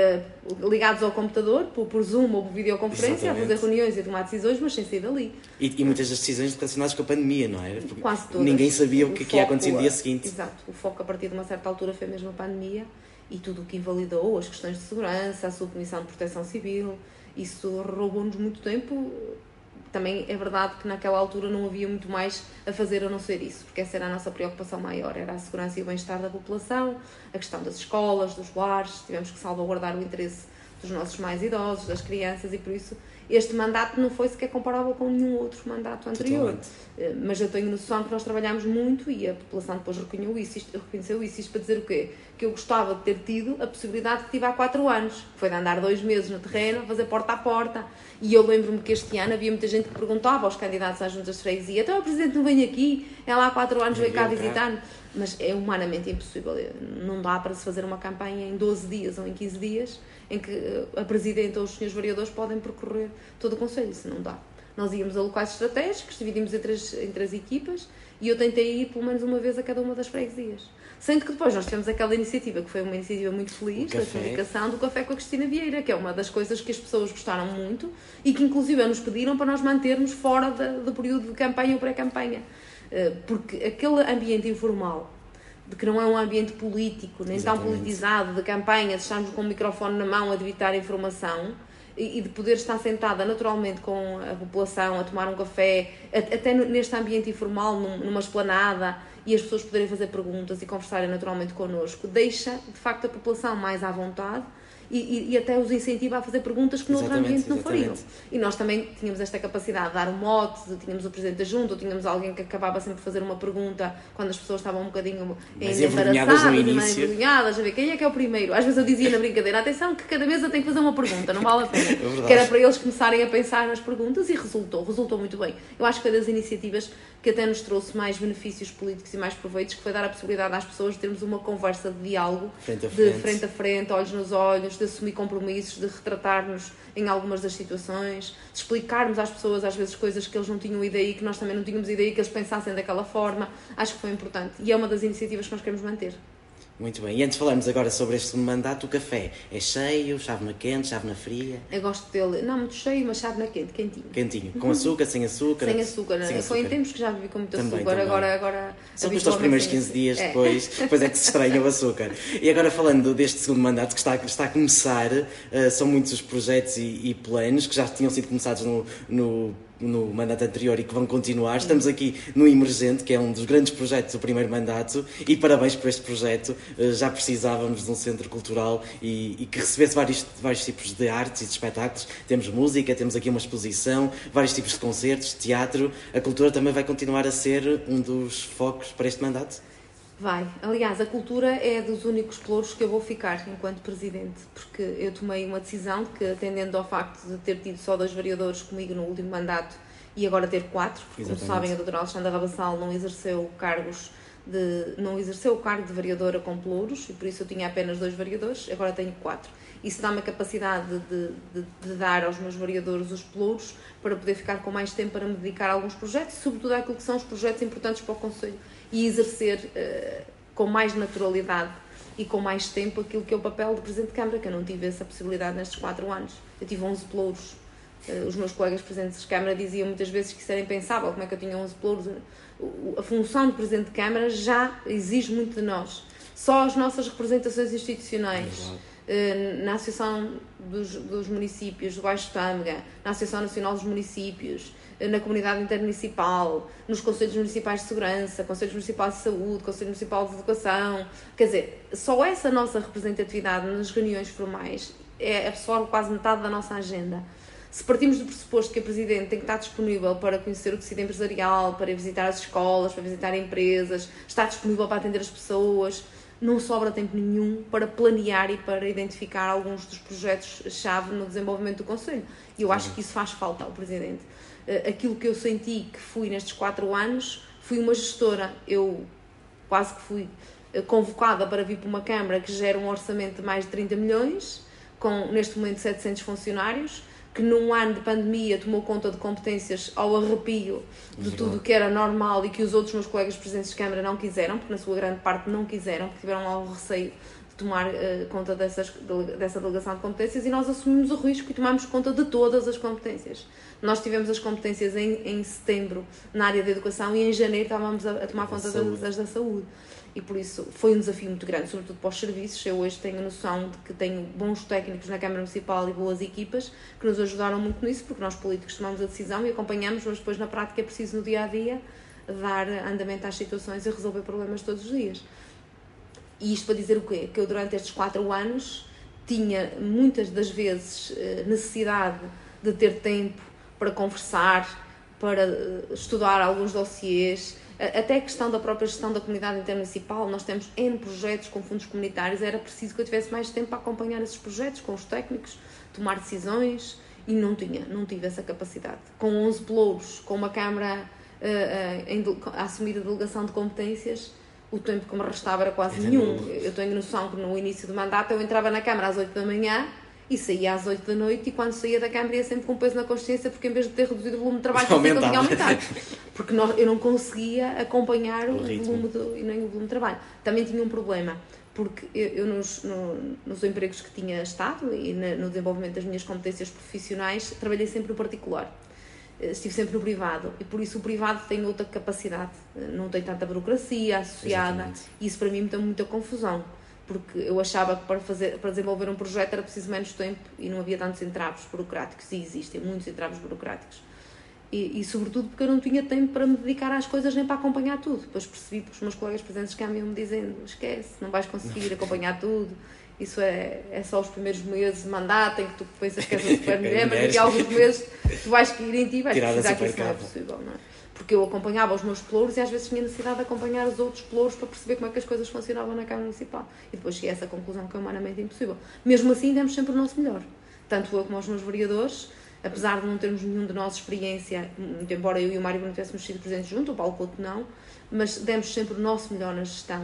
D: ligados ao computador, por Zoom ou por videoconferência, a fazer reuniões e a tomar decisões, mas sem sair dali.
C: E muitas das decisões relacionadas com a pandemia, não é? Porque
D: quase todas.
C: Ninguém sabia o que ia acontecer no dia seguinte.
D: Exato. O foco, a partir de uma certa altura, foi mesmo a pandemia e tudo o que invalidou, as questões de segurança, a submissão de proteção civil. Isso roubou-nos muito tempo. Também é verdade que naquela altura não havia muito mais a fazer a não ser isso, porque essa era a nossa preocupação maior, era a segurança e o bem-estar da população, a questão das escolas, dos lares, tivemos que salvaguardar o interesse dos nossos mais idosos, das crianças, e por isso este mandato não foi sequer comparável com nenhum outro mandato anterior. Totalmente. Mas eu tenho noção que nós trabalhámos muito e a população depois reconheceu isso. Isto para dizer o quê? Que eu gostava de ter tido a possibilidade que tive há 4 anos, que foi de andar 2 meses no terreno, fazer porta a porta. E eu lembro-me que este ano havia muita gente que perguntava aos candidatos às juntas de freguesia: então o Presidente não vem aqui, ela há 4 anos veio cá visitar-me. Mas é humanamente impossível. Não dá para se fazer uma campanha em 12 dias ou em 15 dias em que a Presidente ou os senhores vereadores podem percorrer todo o Conselho. Isso não dá. Nós íamos a locais estratégicos, dividimos em três equipas, e eu tentei ir pelo menos uma vez a cada uma das freguesias. Sendo que depois nós tivemos aquela iniciativa, que foi uma iniciativa muito feliz, da comunicação do Café com a Cristina Vieira, que é uma das coisas que as pessoas gostaram muito e que inclusive nos pediram para nós mantermos fora do período de campanha ou pré-campanha. Porque aquele ambiente informal, de que não é um ambiente político, nem tão politizado, de campanha, de estarmos com o microfone na mão a debitar informação, e de poder estar sentada naturalmente com a população a tomar um café, até neste ambiente informal, numa esplanada, e as pessoas poderem fazer perguntas e conversarem naturalmente connosco, deixa de facto a população mais à vontade e até os incentiva a fazer perguntas que no outro ambiente não fariam. E nós também tínhamos esta capacidade de dar um mote, tínhamos o Presidente da Junta, ou tínhamos alguém que acabava sempre por fazer uma pergunta quando as pessoas estavam um bocadinho
C: embaraçadas no início,
D: envergonhadas, a ver quem é que é o primeiro. Às vezes eu dizia na brincadeira, atenção que cada mesa tem que fazer uma pergunta, não vale a pena. Que era para eles começarem a pensar nas perguntas, e resultou muito bem. Eu acho que foi das iniciativas que até nos trouxe mais benefícios políticos e mais proveitos, que foi dar a possibilidade às pessoas de termos uma conversa de diálogo, frente a frente, olhos nos olhos, de assumir compromissos, de retratar-nos em algumas das situações, de explicarmos às pessoas às vezes coisas que eles não tinham ideia e que nós também não tínhamos ideia que eles pensassem daquela forma. Acho que foi importante e é uma das iniciativas que nós queremos manter.
C: Muito bem, e antes de falarmos agora sobre este segundo mandato, o café é cheio, chávena quente, chávena fria?
D: Eu gosto dele, não muito cheio, mas chávena quente, quentinho.
C: Quentinho, com açúcar, sem açúcar?
D: Sem açúcar, foi em tempos que já vivi com muito açúcar, também. Agora
C: só depois dos primeiros 15 dias, depois é que se estranha o açúcar. E agora falando deste segundo mandato que está a começar, são muitos os projetos e planos que já tinham sido começados no mandato anterior e que vão continuar. Estamos aqui no Emergente, que é um dos grandes projetos do primeiro mandato, e parabéns por este projeto. Já precisávamos de um centro cultural e que recebesse vários tipos de artes e de espetáculos. Temos música, temos aqui uma exposição, vários tipos de concertos, teatro. A cultura também vai continuar a ser um dos focos para este mandato?
D: Vai. Aliás, a cultura é dos únicos pelouros que eu vou ficar enquanto Presidente, porque eu tomei uma decisão de que, atendendo ao facto de ter tido só 2 vereadores comigo no último mandato e agora ter 4, porque, como sabem, a doutora Alexandra Rabassal não exerceu o cargo de vereadora com pelouros, e por isso eu tinha apenas 2 vereadores, agora tenho 4. Isso dá-me a capacidade de dar aos meus vereadores os pelouros para poder ficar com mais tempo para me dedicar a alguns projetos, sobretudo àquilo que são os projetos importantes para o Conselho, e exercer com mais naturalidade e com mais tempo aquilo que é o papel de Presidente de Câmara, que eu não tive essa possibilidade nestes 4 anos. Eu tive 11 pelouros. Os meus colegas Presidentes de Câmara diziam muitas vezes que isso era impensável, como é que eu tinha 11 pelouros. A função de Presidente de Câmara já exige muito de nós. Só as nossas representações institucionais, na Associação dos Municípios do Baixo Tâmega, na Associação Nacional dos Municípios, na Comunidade Intermunicipal, nos Conselhos Municipais de Segurança, Conselhos Municipais de Saúde, Conselho Municipal de Educação. Quer dizer, só essa nossa representatividade nas reuniões formais absorve quase metade da nossa agenda. Se partimos do pressuposto que a Presidente tem que estar disponível para conhecer o tecido empresarial, para visitar as escolas, para visitar empresas, estar disponível para atender as pessoas, não sobra tempo nenhum para planear e para identificar alguns dos projetos-chave no desenvolvimento do Conselho. E eu acho que isso faz falta ao Presidente. Aquilo que eu senti que fui nestes 4 anos, fui uma gestora. Eu quase que fui convocada para vir para uma Câmara que gera um orçamento de mais de 30 milhões, com neste momento 700 funcionários, que num ano de pandemia tomou conta de competências ao arrepio de tudo o que era normal e que os outros meus colegas Presidentes de Câmara não quiseram, porque na sua grande parte não quiseram, porque tiveram algum receio de tomar conta dessa delegação de competências, e nós assumimos o risco e tomámos conta de todas as competências. Nós tivemos as competências em setembro na área da educação e em janeiro estávamos a tomar conta das da saúde. E por isso foi um desafio muito grande, sobretudo para os serviços. Eu hoje tenho a noção de que tenho bons técnicos na Câmara Municipal e boas equipas que nos ajudaram muito nisso, porque nós políticos tomamos a decisão e acompanhamos, mas depois na prática é preciso no dia-a-dia dar andamento às situações e resolver problemas todos os dias. E isto para dizer o quê? Que eu durante estes 4 anos tinha muitas das vezes necessidade de ter tempo para conversar, para estudar alguns dossiês, até a questão da própria gestão da comunidade intermunicipal. Nós temos N projetos com fundos comunitários, era preciso que eu tivesse mais tempo para acompanhar esses projetos, com os técnicos, tomar decisões, e não tive essa capacidade. Com 11 pelouros, com uma Câmara a assumir a delegação de competências, o tempo que me restava era quase nenhum. Eu tenho noção que no início do mandato eu entrava na Câmara às 8 da manhã e saía às 8 da noite, e quando saía da Câmara ia sempre com peso na consciência, porque em vez de ter reduzido o volume de trabalho, eu tinha aumentado. Porque eu não conseguia acompanhar o volume e nem o volume de trabalho. Também tinha um problema, porque eu nos empregos que tinha estado e no desenvolvimento das minhas competências profissionais, trabalhei sempre no particular. Estive sempre no privado, e por isso o privado tem outra capacidade, não tem tanta burocracia associada. Exatamente. E isso para mim me dá muita confusão. porque eu achava que para desenvolver um projeto era preciso menos tempo e não havia tantos entraves burocráticos, e existem muitos entraves burocráticos. E sobretudo porque eu não tinha tempo para me dedicar às coisas nem para acompanhar tudo. Depois percebi que os meus colegas presentes cá me iam me dizendo: esquece, não vais conseguir acompanhar tudo, isso é só os primeiros meses de mandato em que tu pensas que és uma super mulher, mas daqui a alguns meses tu vais cair em ti e vais precisar que isso não é possível, não é? Porque eu acompanhava os meus pelouros e às vezes tinha necessidade de acompanhar os outros pelouros para perceber como é que as coisas funcionavam na Câmara Municipal. E depois cheguei a essa conclusão que é humanamente impossível. Mesmo assim, demos sempre o nosso melhor. Tanto eu como os meus vereadores, apesar de não termos nenhum de nós experiência, muito embora eu e o Mário Bruno tivéssemos sido presentes junto, o Paulo Couto não, mas demos sempre o nosso melhor na gestão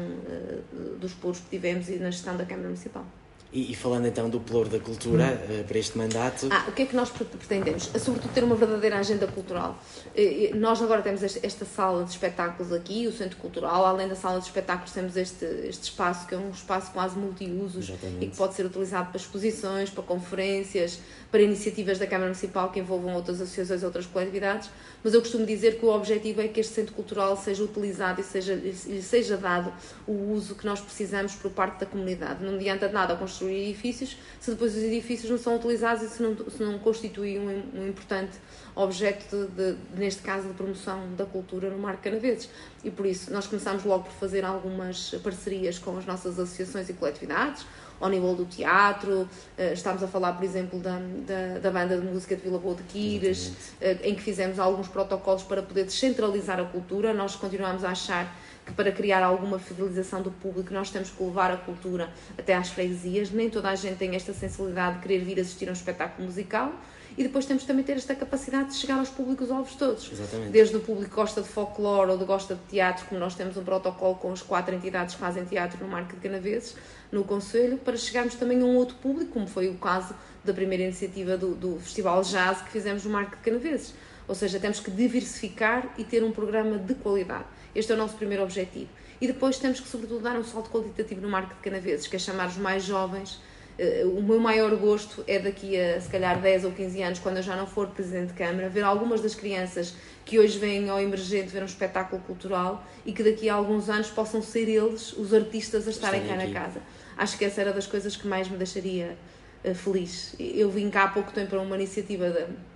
D: dos pelouros que tivemos e na gestão da Câmara Municipal.
C: E falando então do Pelouro da Cultura para este mandato...
D: O que é que nós pretendemos? Sobretudo ter uma verdadeira agenda cultural. Nós agora temos esta sala de espetáculos aqui, o Centro Cultural. Além da sala de espetáculos temos este espaço, que é um espaço quase multiusos. Exatamente. E que pode ser utilizado para exposições, para conferências, para iniciativas da Câmara Municipal que envolvam outras associações, outras coletividades. Mas eu costumo dizer que o objetivo é que este Centro Cultural seja utilizado e seja dado o uso que nós precisamos por parte da comunidade. Não adianta de nada construir edifícios se depois os edifícios não são utilizados e se não constituem um importante objeto, neste caso, de promoção da cultura no Marco Canaveses. E por isso nós começamos logo por fazer algumas parcerias com as nossas associações e coletividades, ao nível do teatro. Estamos a falar, por exemplo, da banda de música de Vila Boa de Quires, em que fizemos alguns protocolos para poder descentralizar a cultura. Nós continuamos a achar que para criar alguma fidelização do público nós temos que levar a cultura até às freguesias. Nem toda a gente tem esta sensibilidade de querer vir assistir a um espetáculo musical, e depois temos também ter esta capacidade de chegar aos públicos-alvos todos.
C: Exatamente.
D: Desde o público que gosta de folclore ou gosta de teatro, como nós temos um protocolo com as 4 entidades que fazem teatro no Marco de Canaveses, no Concelho, para chegarmos também a um outro público, como foi o caso da primeira iniciativa do Festival Jazz que fizemos no Marco de Canaveses. Ou seja, temos que diversificar e ter um programa de qualidade. Este é o nosso primeiro objetivo. E depois temos que, sobretudo, dar um salto qualitativo no Marco de Canaveses, que é chamar os mais jovens. O meu maior gosto é daqui a, se calhar, 10 ou 15 anos, quando eu já não for Presidente de Câmara, ver algumas das crianças que hoje vêm ao Emergente ver um espetáculo cultural e que daqui a alguns anos possam ser eles os artistas a estarem cá na casa. Acho que essa era das coisas que mais me deixaria feliz. Eu vim cá há pouco tempo para uma iniciativa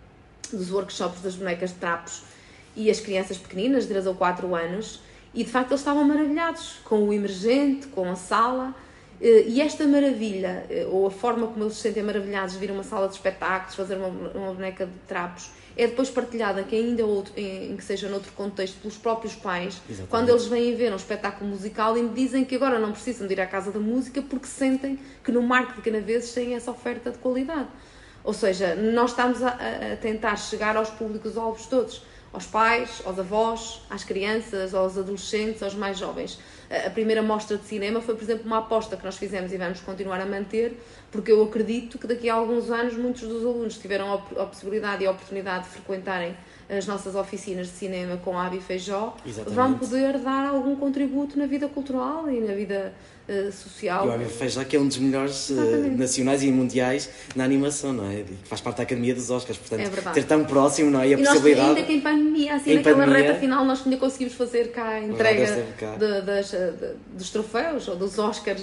D: dos workshops das bonecas de trapos, e as crianças pequeninas, de 3 ou 4 anos, e de facto eles estavam maravilhados com o Emergente, com a sala, e esta maravilha, ou a forma como eles se sentem maravilhados de vir a uma sala de espetáculos, fazer uma boneca de trapos, é depois partilhada, que ainda em que seja noutro contexto, pelos próprios pais. Exatamente. Quando eles vêm ver um espetáculo musical e me dizem que agora não precisam de ir à Casa da Música porque sentem que no Marco de Canaveses têm essa oferta de qualidade. Ou seja, nós estamos a tentar chegar aos públicos-alvos todos, aos pais, aos avós, às crianças, aos adolescentes, aos mais jovens. A primeira mostra de cinema foi, por exemplo, uma aposta que nós fizemos e vamos continuar a manter, porque eu acredito que daqui a alguns anos muitos dos alunos que tiveram a possibilidade e a oportunidade de frequentarem as nossas oficinas de cinema com a Abi Feijó, exatamente, vão poder dar algum contributo na vida cultural e na vida social.
C: E o Abi Feijó, que é um dos melhores nacionais e mundiais na animação, não é? Que faz parte da Academia dos Oscars, portanto, ter tão próximo, não é? E a possibilidade...
D: Nós, ainda que em pandemia, assim, naquela reta final, nós ainda conseguimos fazer cá a entrega dos troféus ou dos Oscars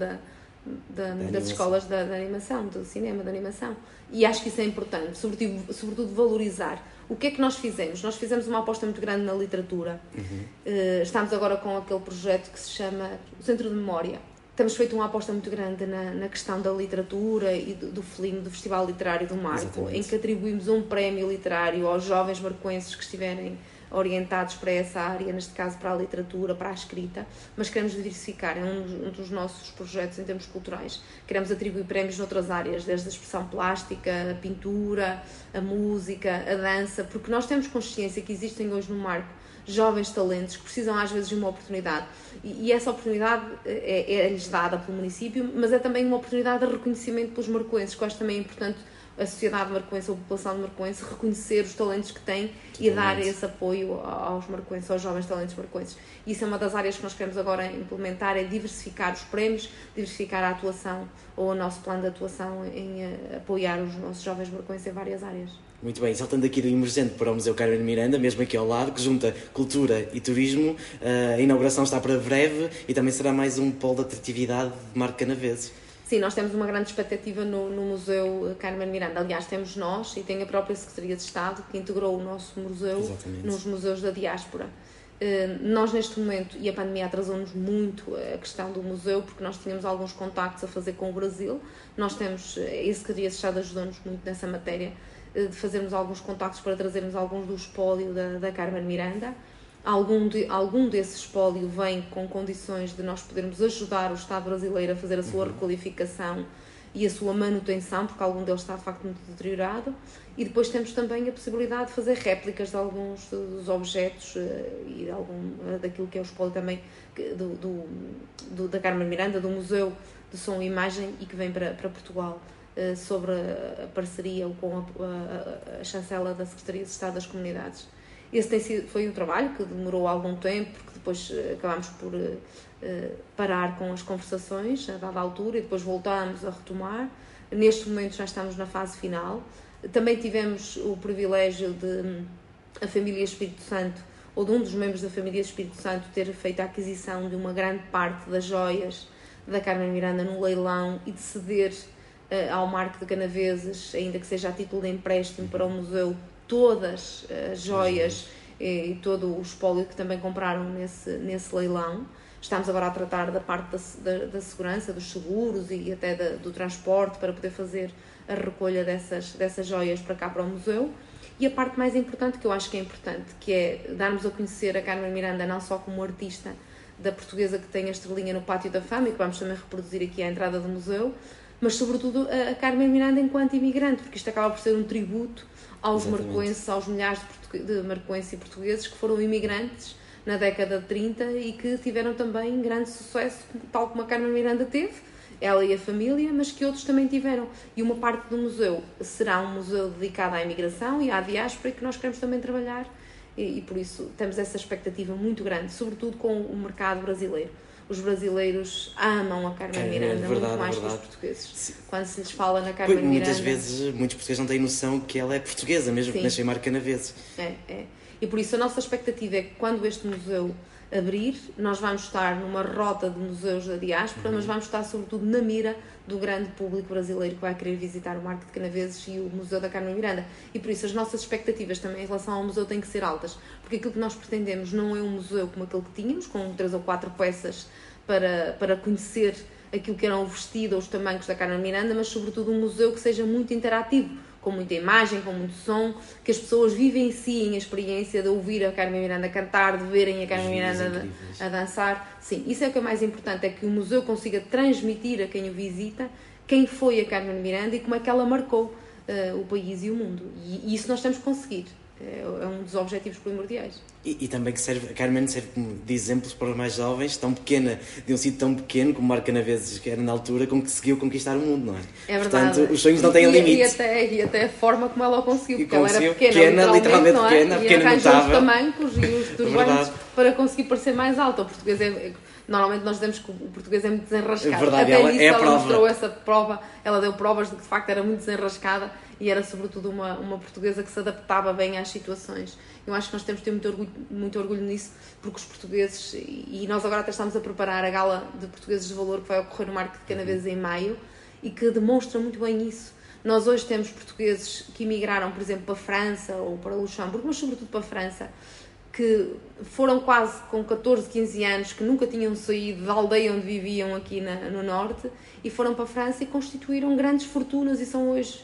D: das escolas da animação, do cinema, da animação. E acho que isso é importante, sobretudo valorizar. O que é que nós fizemos? Nós fizemos uma aposta muito grande na literatura. Estamos agora com aquele projeto que se chama o Centro de Memória. Temos feito uma aposta muito grande na questão da literatura e do FLIM, do Festival Literário do Marco, exatamente, em que atribuímos um prémio literário aos jovens marcoenses que estiverem orientados para essa área, neste caso para a literatura, para a escrita, mas queremos diversificar, é um dos nossos projetos em termos culturais. Queremos atribuir prémios noutras áreas, desde a expressão plástica, a pintura, a música, a dança, porque nós temos consciência que existem hoje no Marco jovens talentos que precisam às vezes de uma oportunidade, e essa oportunidade é-lhes dada pelo município, mas é também uma oportunidade de reconhecimento pelos marcoenses, que eu acho também importante a sociedade marcoense, a população de Marcoense, reconhecer os talentos que tem e dar esse apoio aos marcoenses, aos jovens talentos marcoenses. Isso é uma das áreas que nós queremos agora implementar, é diversificar os prémios, diversificar a atuação ou o nosso plano de atuação em apoiar os nossos jovens marcoenses em várias áreas.
C: Muito bem, saltando aqui do Emergente para o Museu Carmen Miranda, mesmo aqui ao lado, que junta cultura e turismo, a inauguração está para breve e também será mais um polo de atratividade de Marco Canaveses.
D: Sim, nós temos uma grande expectativa no Museu Carmen Miranda. Aliás, temos nós e tem a própria Secretaria de Estado que integrou o nosso museu nos museus da diáspora. Nós neste momento, e a pandemia atrasou-nos muito a questão do museu, porque nós tínhamos alguns contactos a fazer com o Brasil, nós temos, a Secretaria de Estado ajudou-nos muito nessa matéria, de fazermos alguns contactos para trazermos alguns do espólio da Carmen Miranda. Algum desse espólio vem com condições de nós podermos ajudar o Estado brasileiro a fazer a sua requalificação e a sua manutenção, porque algum deles está de facto muito deteriorado. E depois temos também a possibilidade de fazer réplicas de alguns dos objetos e daquilo que é o espólio também da Carmen Miranda, do Museu de Som e Imagem, e que vem para Portugal, sobre a parceria com a chancela da Secretaria de Estado das Comunidades. Esse foi um trabalho que demorou algum tempo, porque depois acabámos por parar com as conversações a dada altura e depois voltámos a retomar. Neste momento já estamos na fase final. Também tivemos o privilégio de a família Espírito Santo, ou de um dos membros da família Espírito Santo, ter feito a aquisição de uma grande parte das joias da Carmen Miranda no leilão e de ceder ao Marco de Canaveses, ainda que seja a título de empréstimo para o museu, todas as joias e todo o espólio que também compraram nesse leilão. Estamos agora a tratar da parte da segurança, dos seguros e até do transporte para poder fazer a recolha dessas joias para cá, para o museu. E a parte mais importante, que eu acho que é importante, que é darmos a conhecer a Carmen Miranda não só como artista da portuguesa que tem a estrelinha no Pátio da Fama e que vamos também reproduzir aqui à entrada do museu, mas sobretudo a Carmen Miranda enquanto imigrante, porque isto acaba por ser um tributo aos marcoenses, aos milhares de marcoenses e portugueses que foram imigrantes na década de 30 e que tiveram também grande sucesso, tal como a Carmen Miranda teve, ela e a família, mas que outros também tiveram. E uma parte do museu será um museu dedicado à imigração e à diáspora, e que nós queremos também trabalhar, e por isso temos essa expectativa muito grande, sobretudo com o mercado brasileiro. Os brasileiros amam a Carmen Miranda muito mais que os portugueses. Sim. Quando se lhes fala na Carmen Miranda...
C: Muitas vezes, muitos portugueses não têm noção que ela é portuguesa, mesmo que nasceu em Marco Canaveses.
D: É. E por isso a nossa expectativa é que quando este museu abrir, nós vamos estar numa rota de museus da diáspora, mas vamos estar sobretudo na mira do grande público brasileiro que vai querer visitar o Marco de Canaveses e o Museu da Carmen Miranda. E por isso as nossas expectativas também em relação ao museu têm que ser altas, porque aquilo que nós pretendemos não é um museu como aquele que tínhamos, com 3 ou 4 peças para conhecer aquilo que eram o vestido ou os tamancos da Carmen Miranda, mas sobretudo um museu que seja muito interativo, com muita imagem, com muito som, que as pessoas vivenciem a experiência de ouvir a Carmen Miranda cantar, de verem a Carmen Miranda a dançar. Sim, isso é o que é mais importante, é que o museu consiga transmitir a quem o visita quem foi a Carmen Miranda e como é que ela marcou o país e o mundo. E isso nós temos que conseguir. É um dos objetivos primordiais.
C: E também que a Carmen serve de exemplos para os mais jovens, tão pequena, de um sítio tão pequeno como Marco Canaveses, que era na altura, conseguiu conquistar o mundo, não é?
D: É verdade.
C: Portanto, os sonhos não têm limite.
D: E até a forma como ela o conseguiu, porque ela era pequena
C: literalmente
D: não é?
C: pequena,
D: e arranjou
C: notável.
D: os tamancos e os turbantes para conseguir parecer mais alta. O português normalmente nós dizemos que o português é muito desenrascado.
C: É verdade,
D: até nisso
C: ela
D: mostrou essa prova, ela deu provas de que de facto era muito desenrascada e era sobretudo uma portuguesa que se adaptava bem às situações. Eu acho que nós temos de ter muito orgulho nisso, porque os portugueses, e nós agora até estamos a preparar a gala de Portugueses de Valor que vai ocorrer no Marco de Canaveses em maio, e que demonstra muito bem isso. Nós hoje temos portugueses que emigraram, por exemplo, para a França ou para Luxemburgo, mas sobretudo para a França, que foram quase com 14, 15 anos, que nunca tinham saído da aldeia onde viviam aqui no Norte, e foram para a França e constituíram grandes fortunas e são hoje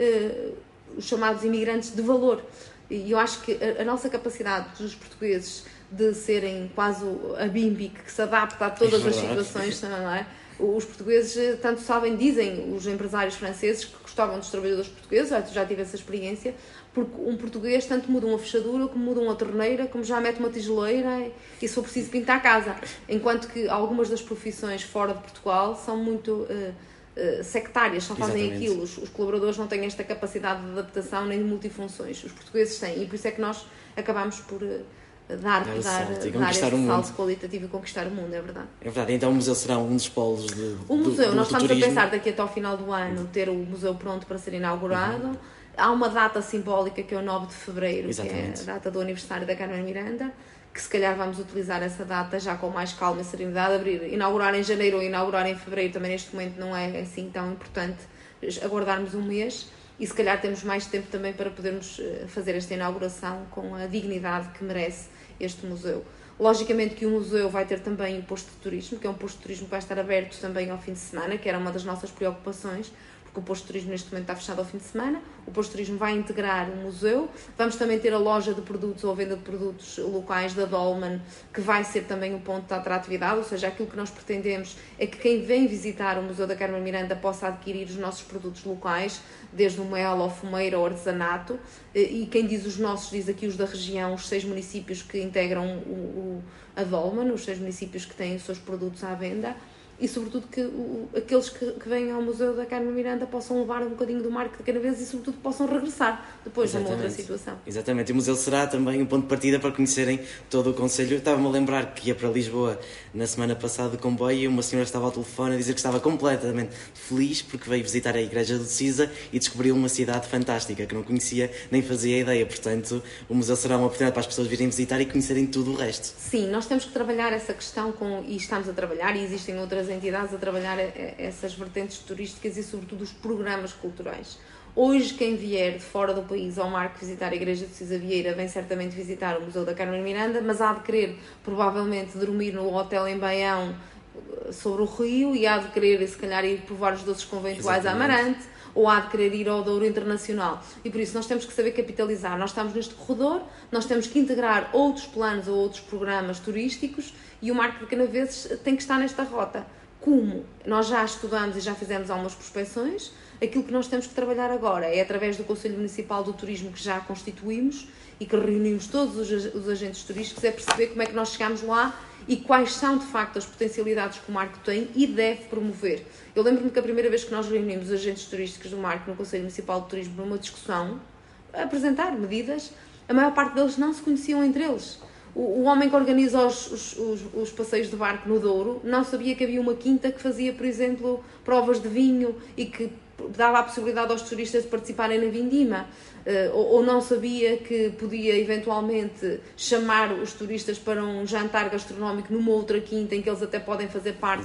D: os chamados imigrantes de valor. E eu acho que a nossa capacidade dos portugueses de serem quase a bimbic, que se adapta a todas as situações, não é? Os portugueses tanto sabem, dizem os empresários franceses que gostavam dos trabalhadores portugueses, já tive essa experiência, porque um português tanto muda uma fechadura, como muda uma torneira, como já mete uma tijoleira e se for preciso pintar a casa. Enquanto que algumas das profissões fora de Portugal são muito sectárias, só fazem
C: Exatamente.
D: aquilo. Os colaboradores não têm esta capacidade de adaptação nem de multifunções. Os portugueses têm, e por isso é que nós acabamos por dar esse salto qualitativo e conquistar o mundo, é verdade.
C: É verdade, então o museu será um dos polos
D: o museu, nós estamos
C: turismo.
D: a pensar daqui até ao final do ano ter o museu pronto para ser inaugurado. Há uma data simbólica que é o 9 de fevereiro,
C: Exatamente.
D: que é a data do aniversário da Carmen Miranda, que se calhar vamos utilizar essa data já com mais calma e serenidade. Inaugurar em janeiro ou inaugurar em fevereiro também neste momento não é assim tão importante, aguardarmos um mês e se calhar temos mais tempo também para podermos fazer esta inauguração com a dignidade que merece este museu. Logicamente que o museu vai ter também o posto de turismo, que é um posto de turismo que vai estar aberto também ao fim de semana, que era uma das nossas preocupações, porque o posto de turismo neste momento está fechado ao fim de semana. O posto de turismo vai integrar o museu. Vamos também ter a loja de produtos ou a venda de produtos locais da Dolman, que vai ser também um ponto de atratividade, ou seja, aquilo que nós pretendemos é que quem vem visitar o Museu da Carmen Miranda possa adquirir os nossos produtos locais, desde o mel ao fumeiro ao artesanato, e quem diz os nossos, diz aqui os da região, os 6 municípios que integram a Dolman, os 6 municípios que têm os seus produtos à venda, e sobretudo que aqueles que vêm ao Museu da Carmen Miranda possam levar um bocadinho do Marco de Canaveses e sobretudo possam regressar depois numa outra situação.
C: Exatamente, e o museu será também um ponto de partida para conhecerem todo o concelho. Eu estava-me a lembrar que ia para Lisboa na semana passada de comboio e uma senhora estava ao telefone a dizer que estava completamente feliz porque veio visitar a igreja de Cisa e descobriu uma cidade fantástica que não conhecia nem fazia ideia. Portanto, o museu será uma oportunidade para as pessoas virem visitar e conhecerem tudo o resto.
D: Sim, nós temos que trabalhar essa questão e estamos a trabalhar, e existem outras entidades a trabalhar essas vertentes turísticas e sobretudo os programas culturais. Hoje quem vier de fora do país ao Marco visitar a igreja de Cisa Vieira vem certamente visitar o Museu da Carmen Miranda, mas há de querer provavelmente dormir no hotel em Baião sobre o rio e há de querer se calhar ir provar os doces conventuais a Amarante, ou há de querer ir ao Douro Internacional. E por isso nós temos que saber capitalizar. Nós estamos neste corredor, nós temos que integrar outros planos ou outros programas turísticos e o Marco de Canaveses tem que estar nesta rota. Como? Nós já estudamos e já fizemos algumas prospecções. Aquilo que nós temos que trabalhar agora é através do Conselho Municipal do Turismo que já constituímos e que reunimos todos os agentes turísticos, é perceber como é que nós chegamos lá e quais são de facto as potencialidades que o Marco tem e deve promover. Eu lembro-me que a primeira vez que nós reunimos os agentes turísticos do Marco no Conselho Municipal de Turismo numa discussão, a apresentar medidas, a maior parte deles não se conheciam entre eles. O homem que organiza os passeios de barco no Douro não sabia que havia uma quinta que fazia, por exemplo, provas de vinho e que dava a possibilidade aos turistas de participarem na vindima, ou não sabia que podia eventualmente chamar os turistas para um jantar gastronómico numa outra quinta em que eles até podem fazer parte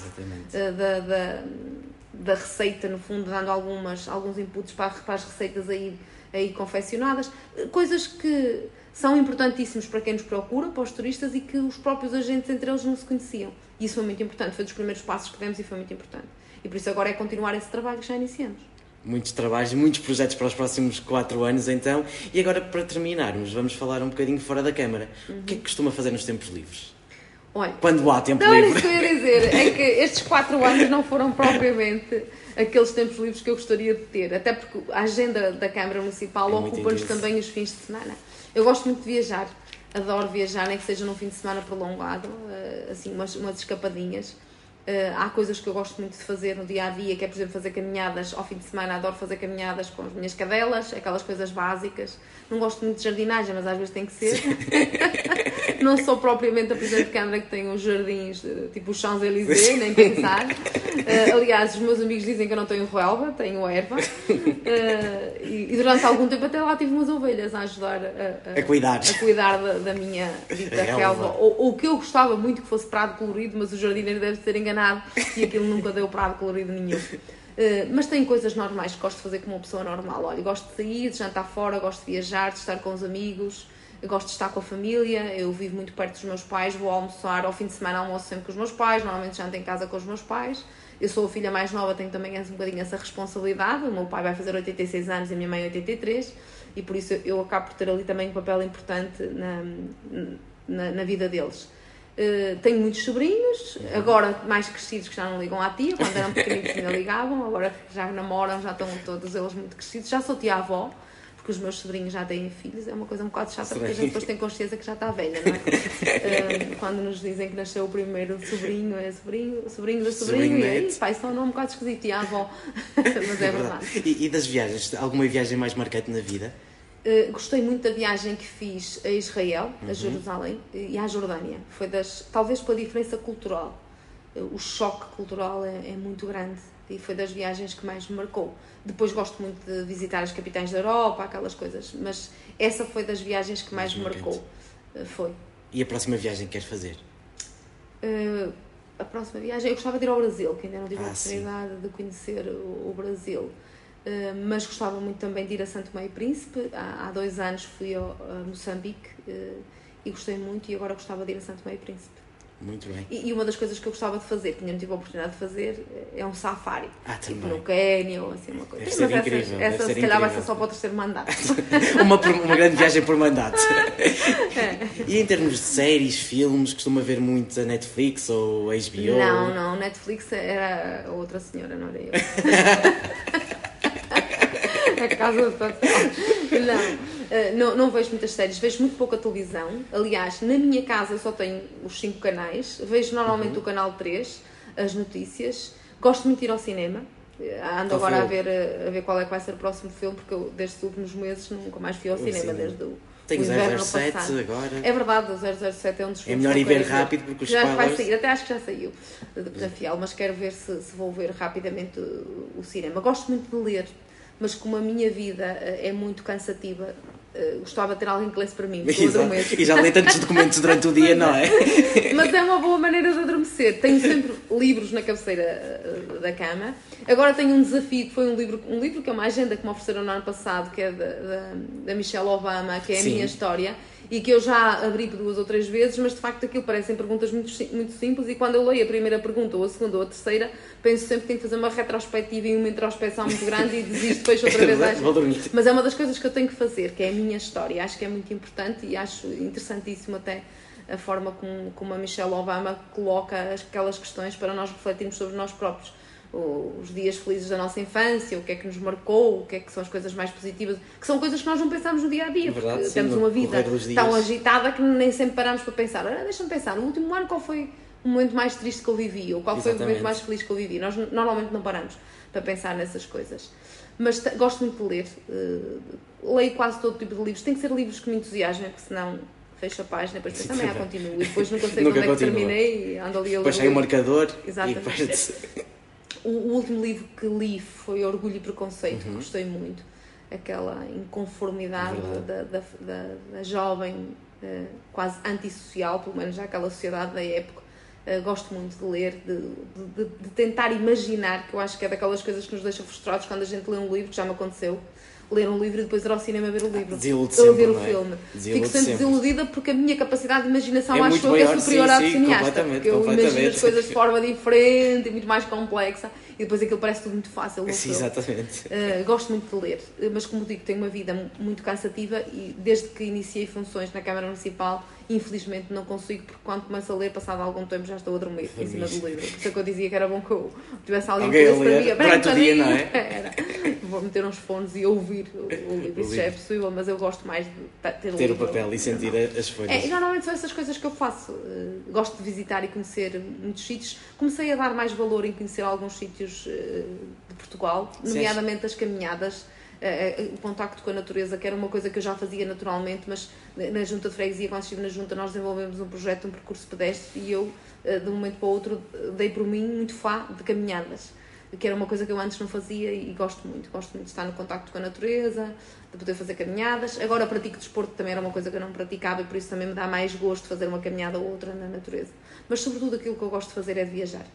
D: da receita, no fundo, dando alguns inputs para as receitas aí confeccionadas, coisas que são importantíssimos para quem nos procura, para os turistas, e que os próprios agentes entre eles não se conheciam. E isso foi muito importante, foi dos primeiros passos que demos e foi muito importante. E por isso agora é continuar esse trabalho que já iniciamos.
C: Muitos trabalhos, muitos projetos para os próximos 4 anos, então. E agora, para terminarmos, vamos falar um bocadinho fora da Câmara. O que é que costuma fazer nos tempos livres?
D: Olha,
C: quando há tempo
D: livre?
C: livre?
D: Não, isso que eu ia dizer é que estes 4 anos não foram propriamente aqueles tempos livres que eu gostaria de ter, até porque a agenda da Câmara Municipal ocupa-nos também os fins de semana. Eu gosto muito de viajar, adoro viajar, nem que seja num fim de semana prolongado, assim, umas escapadinhas. Há coisas que eu gosto muito de fazer no dia-a-dia, que é, por exemplo, fazer caminhadas ao fim de semana. Adoro fazer caminhadas com as minhas cadelas, aquelas coisas básicas. Não gosto muito de jardinagem, mas às vezes tem que ser. Não sou propriamente a Presidente de Câmara que tem uns jardins tipo os Champs-Élysées, nem pensar. Aliás, os meus amigos dizem que eu não tenho relva, tenho erva. E durante algum tempo até lá tive umas ovelhas a ajudar
C: a cuidar
D: da minha dita relva. Ou que eu gostava muito que fosse prado colorido, mas o jardineiro deve ter enganado e aquilo nunca deu prado colorido nenhum. Mas tenho coisas normais que gosto de fazer como uma pessoa normal. Olha, gosto de sair, de jantar fora, gosto de viajar, de estar com os amigos, gosto de estar com a família. Eu vivo muito perto dos meus pais, vou almoçar, ao fim de semana almoço sempre com os meus pais, normalmente janto em casa com os meus pais. Eu sou a filha mais nova, tenho também um bocadinho essa responsabilidade. O meu pai vai fazer 86 anos e a minha mãe 83, e por isso eu acabo por ter ali também um papel importante na vida deles. Tenho muitos sobrinhos, agora mais crescidos, que já não ligam à tia. Quando eram pequenitos ainda ligavam, agora que já namoram, já estão todos eles muito crescidos. Já sou tia-avó, porque os meus sobrinhos já têm filhos, é uma coisa um bocado chata, porque a gente depois tem consciência que já está velha, não é? Quando nos dizem que nasceu o primeiro sobrinho, é sobrinho do sobrinho, e aí, pá, isso é um nome um bocado esquisito, e a avó, mas é verdade.
C: E das viagens, alguma viagem mais marcante na vida?
D: Gostei muito da viagem que fiz a Israel, a Jerusalém e à Jordânia. Foi talvez pela diferença cultural. O choque cultural é muito grande e foi das viagens que mais me marcou. Depois gosto muito de visitar as capitais da Europa, aquelas coisas, mas essa foi das viagens que mais me marcou. Foi.
C: E a próxima viagem que queres fazer?
D: A próxima viagem, eu gostava de ir ao Brasil, que ainda não tive a oportunidade de conhecer o Brasil. Mas gostava muito também de ir a Santo Tomé e Príncipe. Há 2 anos fui a Moçambique e gostei muito, e agora gostava de ir a Santo Tomé e Príncipe.
C: Muito bem.
D: E uma das coisas que eu gostava de fazer, que ainda não tive a oportunidade de fazer, é um safari.
C: Também.
D: Tipo no Quénia ou assim uma coisa.
C: Deve ser incrível.
D: Essa se calhar vai ser só para o terceiro mandato.
C: uma grande viagem por mandato. E em termos de séries, filmes, costuma ver muito a Netflix ou a HBO?
D: Não, Netflix era outra senhora, não era eu. A casa de papel. Não vejo muitas séries, vejo muito pouca televisão. Aliás, na minha casa eu só tenho os 5 canais. Vejo normalmente o canal 3, as notícias. Gosto muito de ir ao cinema. Ando agora a ver qual é que vai ser o próximo filme, porque eu, desde os últimos meses, nunca mais fui ao cinema, desde o inverno passado. 007 agora. É verdade, o 007 é um dos filmes.
C: É melhor ir ver rápido, porque os
D: já vai sair, até acho que já saiu da Fiel, mas quero ver se vou ver rapidamente o cinema. Gosto muito de ler, mas como a minha vida é muito cansativa, gostava de ter alguém que lesse para mim, porque eu adormeço.
C: E já leio tantos documentos durante o dia, não é?
D: Mas é uma boa maneira de adormecer. Tenho sempre livros na cabeceira da cama. Agora tenho um desafio, que foi um livro que é uma agenda que me ofereceram no ano passado, que é da Michelle Obama, que é a minha história, e que eu já abri 2 ou 3 vezes, mas de facto aquilo parecem perguntas muito simples, e quando eu leio a primeira pergunta, ou a segunda, ou a terceira, penso sempre que tenho que fazer uma retrospectiva e uma introspeção muito grande e desisto depois outra vez. Mas é uma das coisas que eu tenho que fazer, que é a minha história. Acho que é muito importante e acho interessantíssimo até a forma como a Michelle Obama coloca aquelas questões para nós refletirmos sobre nós próprios. Os dias felizes da nossa infância, o que é que nos marcou, o que é que são as coisas mais positivas, que são coisas que nós não pensamos no dia a dia, porque temos uma vida tão agitada que nem sempre paramos para pensar. Deixa-me pensar, no último ano qual foi o momento mais triste que eu vivi, ou qual foi o momento mais feliz que eu vivi. Nós normalmente não paramos para pensar nessas coisas. Mas gosto muito de ler, leio quase todo tipo de livros. Tem que ser livros que me entusiasmem, porque senão fecho a página, depois penso, também continuo, e depois nunca sei quando é que terminei e ando ali a ler.
C: Depois sai o marcador.
D: Exatamente. O último livro que li foi Orgulho e Preconceito, que gostei muito. Aquela inconformidade da jovem, quase antissocial, pelo menos aquela sociedade da época. Gosto muito de ler, de tentar imaginar, que eu acho que é daquelas coisas que nos deixa frustrados quando a gente lê um livro, que já me aconteceu. Ler um livro e depois ir ao cinema ver o livro. Ou ver o filme. Fico sempre desiludida porque a minha capacidade de imaginação acho que é superior à do cineasta. Porque eu imagino as coisas de forma diferente e muito mais complexa e depois aquilo parece tudo muito fácil.
C: Sim, exatamente.
D: Gosto muito de ler, mas como digo, tenho uma vida muito cansativa e desde que iniciei funções na Câmara Municipal, infelizmente não consigo, porque quando começo a ler, passado algum tempo já estou a dormir em cima do livro. Por isso é que eu dizia que era bom que eu tivesse alguém que lesse para mim.
C: Durante o dia, não é?
D: Vou meter uns fones e ouvir o livro, isso já é possível, mas eu gosto mais de ter
C: o papel e sentir as folhas.
D: E normalmente são essas coisas que eu faço. Gosto de visitar e conhecer muitos sítios. Comecei a dar mais valor em conhecer alguns sítios de Portugal, nomeadamente as caminhadas, o contacto com a natureza, que era uma coisa que eu já fazia naturalmente, mas na Junta de Freguesia, quando estive na Junta, nós desenvolvemos um projeto, um percurso pedestre, e eu, de um momento para o outro, dei por mim muito fã de caminhadas, que era uma coisa que eu antes não fazia e gosto muito de estar no contacto com a natureza, de poder fazer caminhadas. Agora pratico desporto, também era uma coisa que eu não praticava e por isso também me dá mais gosto fazer uma caminhada ou outra na natureza. Mas sobretudo aquilo que eu gosto de fazer é de viajar.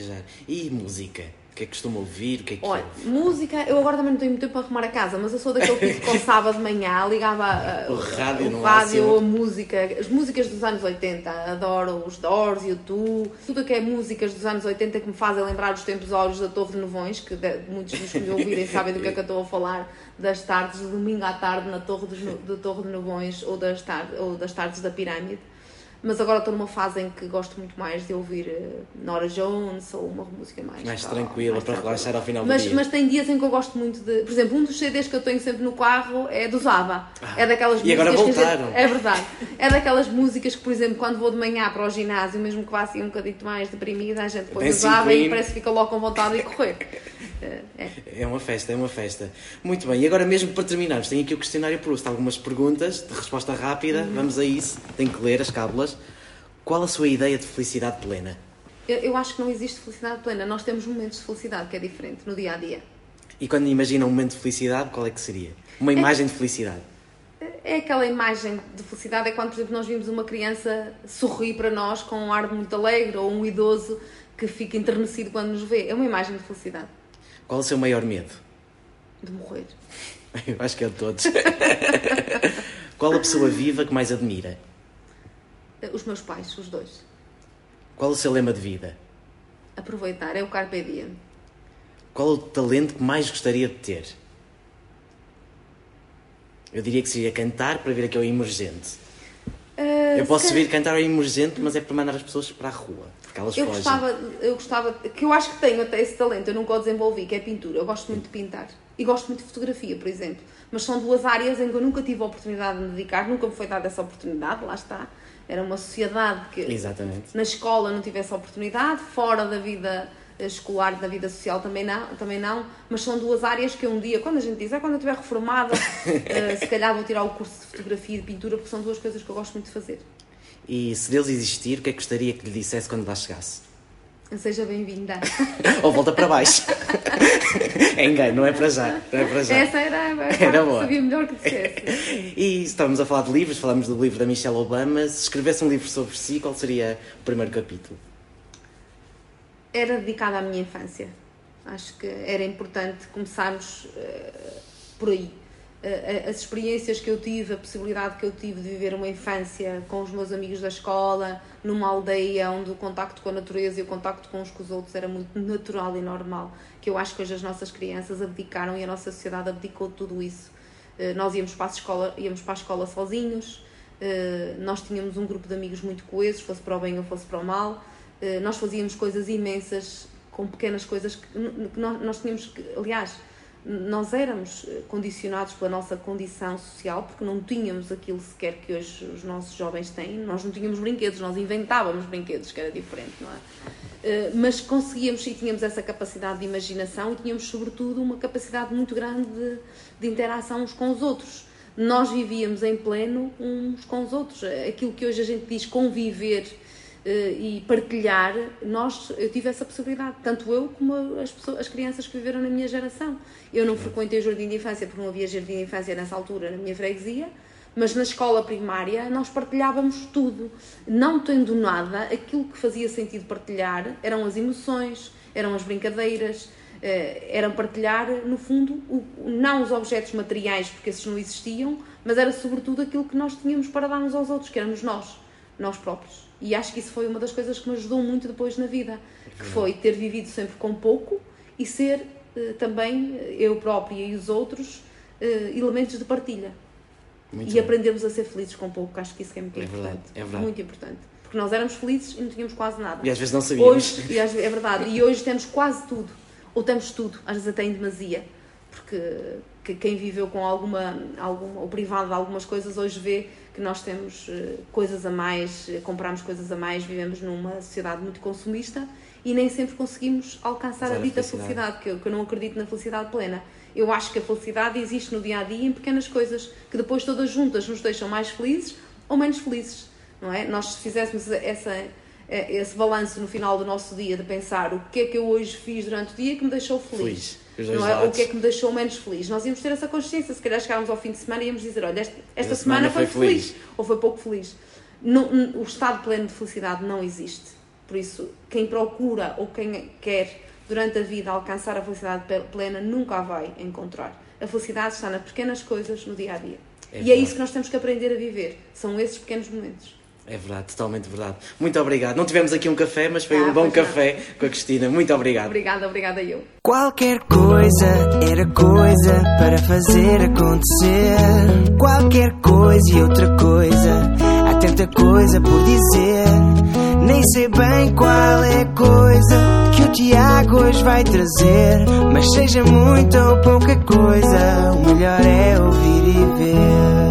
C: E música? O que é que costuma ouvir? O que é que
D: Olha, música, eu agora também não tenho muito tempo para arrumar a casa, mas eu sou daquele tipo que ao sábado de manhã ligava o rádio ou a música, as músicas dos anos 80, adoro os Doors e o tudo que é músicas dos anos 80 que me fazem lembrar os tempos áureos da Torre de Nevões, que muitos dos que me ouvirem sabem do que é que eu estou a falar, das tardes de domingo à tarde na Torre de Nevões ou das tardes da Pirâmide. Mas agora estou numa fase em que gosto muito mais de ouvir Norah Jones ou uma música mais
C: tranquila, para relaxar ao final do dia.
D: Mas tem dias em que eu gosto muito de... Por exemplo, um dos CDs que eu tenho sempre no carro é do Zaba. É daquelas
C: músicas... E agora voltaram.
D: É verdade. É daquelas músicas que, por exemplo, quando vou de manhã para o ginásio, mesmo que vá assim um bocadinho mais deprimida, a gente põe o Zaba e parece que fica logo com vontade de correr.
C: É uma festa. Muito bem, e agora mesmo para terminarmos, tenho aqui o questionário Proust, algumas perguntas de resposta rápida, vamos a isso, tenho que ler as cábulas. Qual a sua ideia de felicidade plena?
D: Eu acho que não existe felicidade plena, nós temos momentos de felicidade que é diferente no dia-a-dia.
C: E quando imagina um momento de felicidade, qual é que seria? Uma imagem de felicidade?
D: É aquela imagem de felicidade, é quando, por exemplo, nós vimos uma criança sorrir para nós com um ar muito alegre, ou um idoso que fica enternecido quando nos vê. É uma imagem de felicidade.
C: Qual o seu maior medo?
D: De morrer.
C: Eu acho que é de todos. Qual a pessoa viva que mais admira?
D: Os meus pais, os dois.
C: Qual o seu lema de vida?
D: Aproveitar, é o Carpe Diem.
C: Qual o talento que mais gostaria de ter? Eu diria que seria cantar para vir aqui ao emergente. Eu posso vir cantar ao emergente, mas é para mandar as pessoas para a rua, porque elas fogem.
D: Eu gostava, que eu acho que tenho até esse talento, eu nunca o desenvolvi, que é pintura. Eu gosto muito de pintar. E gosto muito de fotografia, por exemplo. Mas são duas áreas em que eu nunca tive a oportunidade de me dedicar, nunca me foi dada essa oportunidade, lá está. Era uma sociedade que
C: Exatamente.
D: Na escola não tive essa oportunidade, fora da vida escolar, da vida social também não, mas são duas áreas que um dia, quando a gente diz, quando eu estiver reformada, se calhar vou tirar o curso de fotografia e de pintura, porque são duas coisas que eu gosto muito de fazer.
C: E se Deus existir, o que é que gostaria que lhe dissesse quando lá chegasse?
D: Seja bem-vinda.
C: Ou volta para baixo. É engano, não é para já.
D: Essa era boa. Sabia melhor que dissesse.
C: E estávamos a falar de livros, falámos do livro da Michelle Obama. Se escrevesse um livro sobre si, qual seria o primeiro capítulo?
D: Era dedicado à minha infância. Acho que era importante começarmos por aí. As experiências que eu tive, a possibilidade que eu tive de viver uma infância com os meus amigos da escola, numa aldeia onde o contacto com a natureza e o contacto com uns com os outros era muito natural e normal, que eu acho que hoje as nossas crianças abdicaram e a nossa sociedade abdicou de tudo isso. Nós íamos para a escola sozinhos, nós tínhamos um grupo de amigos muito coesos, fosse para o bem ou fosse para o mal, nós fazíamos coisas imensas com pequenas coisas que nós tínhamos que, aliás, nós éramos condicionados pela nossa condição social, porque não tínhamos aquilo sequer que hoje os nossos jovens têm. Nós não tínhamos brinquedos, nós inventávamos brinquedos, que era diferente, não é? Mas conseguíamos e tínhamos essa capacidade de imaginação e tínhamos, sobretudo, uma capacidade muito grande de interação uns com os outros. Nós vivíamos em pleno uns com os outros. Aquilo que hoje a gente diz conviver e partilhar, eu tive essa possibilidade, tanto eu como as crianças que viveram na minha geração. Eu não frequentei o jardim de infância porque não havia jardim de infância nessa altura na minha freguesia, mas na escola primária nós partilhávamos tudo, não tendo nada. Aquilo que fazia sentido partilhar eram as emoções, eram as brincadeiras, era partilhar, no fundo, não os objetos materiais, porque esses não existiam, mas era sobretudo aquilo que nós tínhamos para dar uns aos outros, que éramos nós próprios. E acho que isso foi uma das coisas que me ajudou muito depois na vida, que foi ter vivido sempre com pouco e ser também, eu própria e os outros, elementos de partilha. Muito e bem. Aprendermos a ser felizes com pouco, acho que isso é muito importante.
C: É verdade.
D: Muito importante. Porque nós éramos felizes e não tínhamos quase nada.
C: E às vezes não sabíamos.
D: É verdade. E hoje temos quase tudo. Ou temos tudo, às vezes até em demasia. Porque quem viveu com ou privado de algumas coisas, hoje vê que nós temos coisas a mais, compramos coisas a mais, vivemos numa sociedade muito consumista e nem sempre conseguimos alcançar a dita felicidade, que eu não acredito na felicidade plena. Eu acho que a felicidade existe no dia-a-dia em pequenas coisas, que depois todas juntas nos deixam mais felizes ou menos felizes, não é? Nós, se fizéssemos esse balanço no final do nosso dia, de pensar o que é que eu hoje fiz durante o dia que me deixou feliz. Não é? O que é que me deixou menos feliz? Nós íamos ter essa consciência. Se calhar chegávamos ao fim de semana e íamos dizer, olha, esta semana foi feliz ou foi pouco feliz. O estado pleno de felicidade não existe. Por isso, quem procura ou quem quer durante a vida alcançar a felicidade plena nunca a vai encontrar. A felicidade está nas pequenas coisas, no dia-a-dia. E é isso que nós temos que aprender a viver. São esses pequenos momentos.
C: É verdade, totalmente verdade. Muito obrigado. Não tivemos aqui um café, mas foi um bom café com a Cristina. Muito obrigado.
D: Obrigada eu.
A: Qualquer coisa era coisa para fazer acontecer. Qualquer coisa e outra coisa. tanta coisa por dizer. Nem sei bem qual é a coisa que o Tiago hoje vai trazer. Mas seja muita ou pouca coisa, o melhor é ouvir e ver.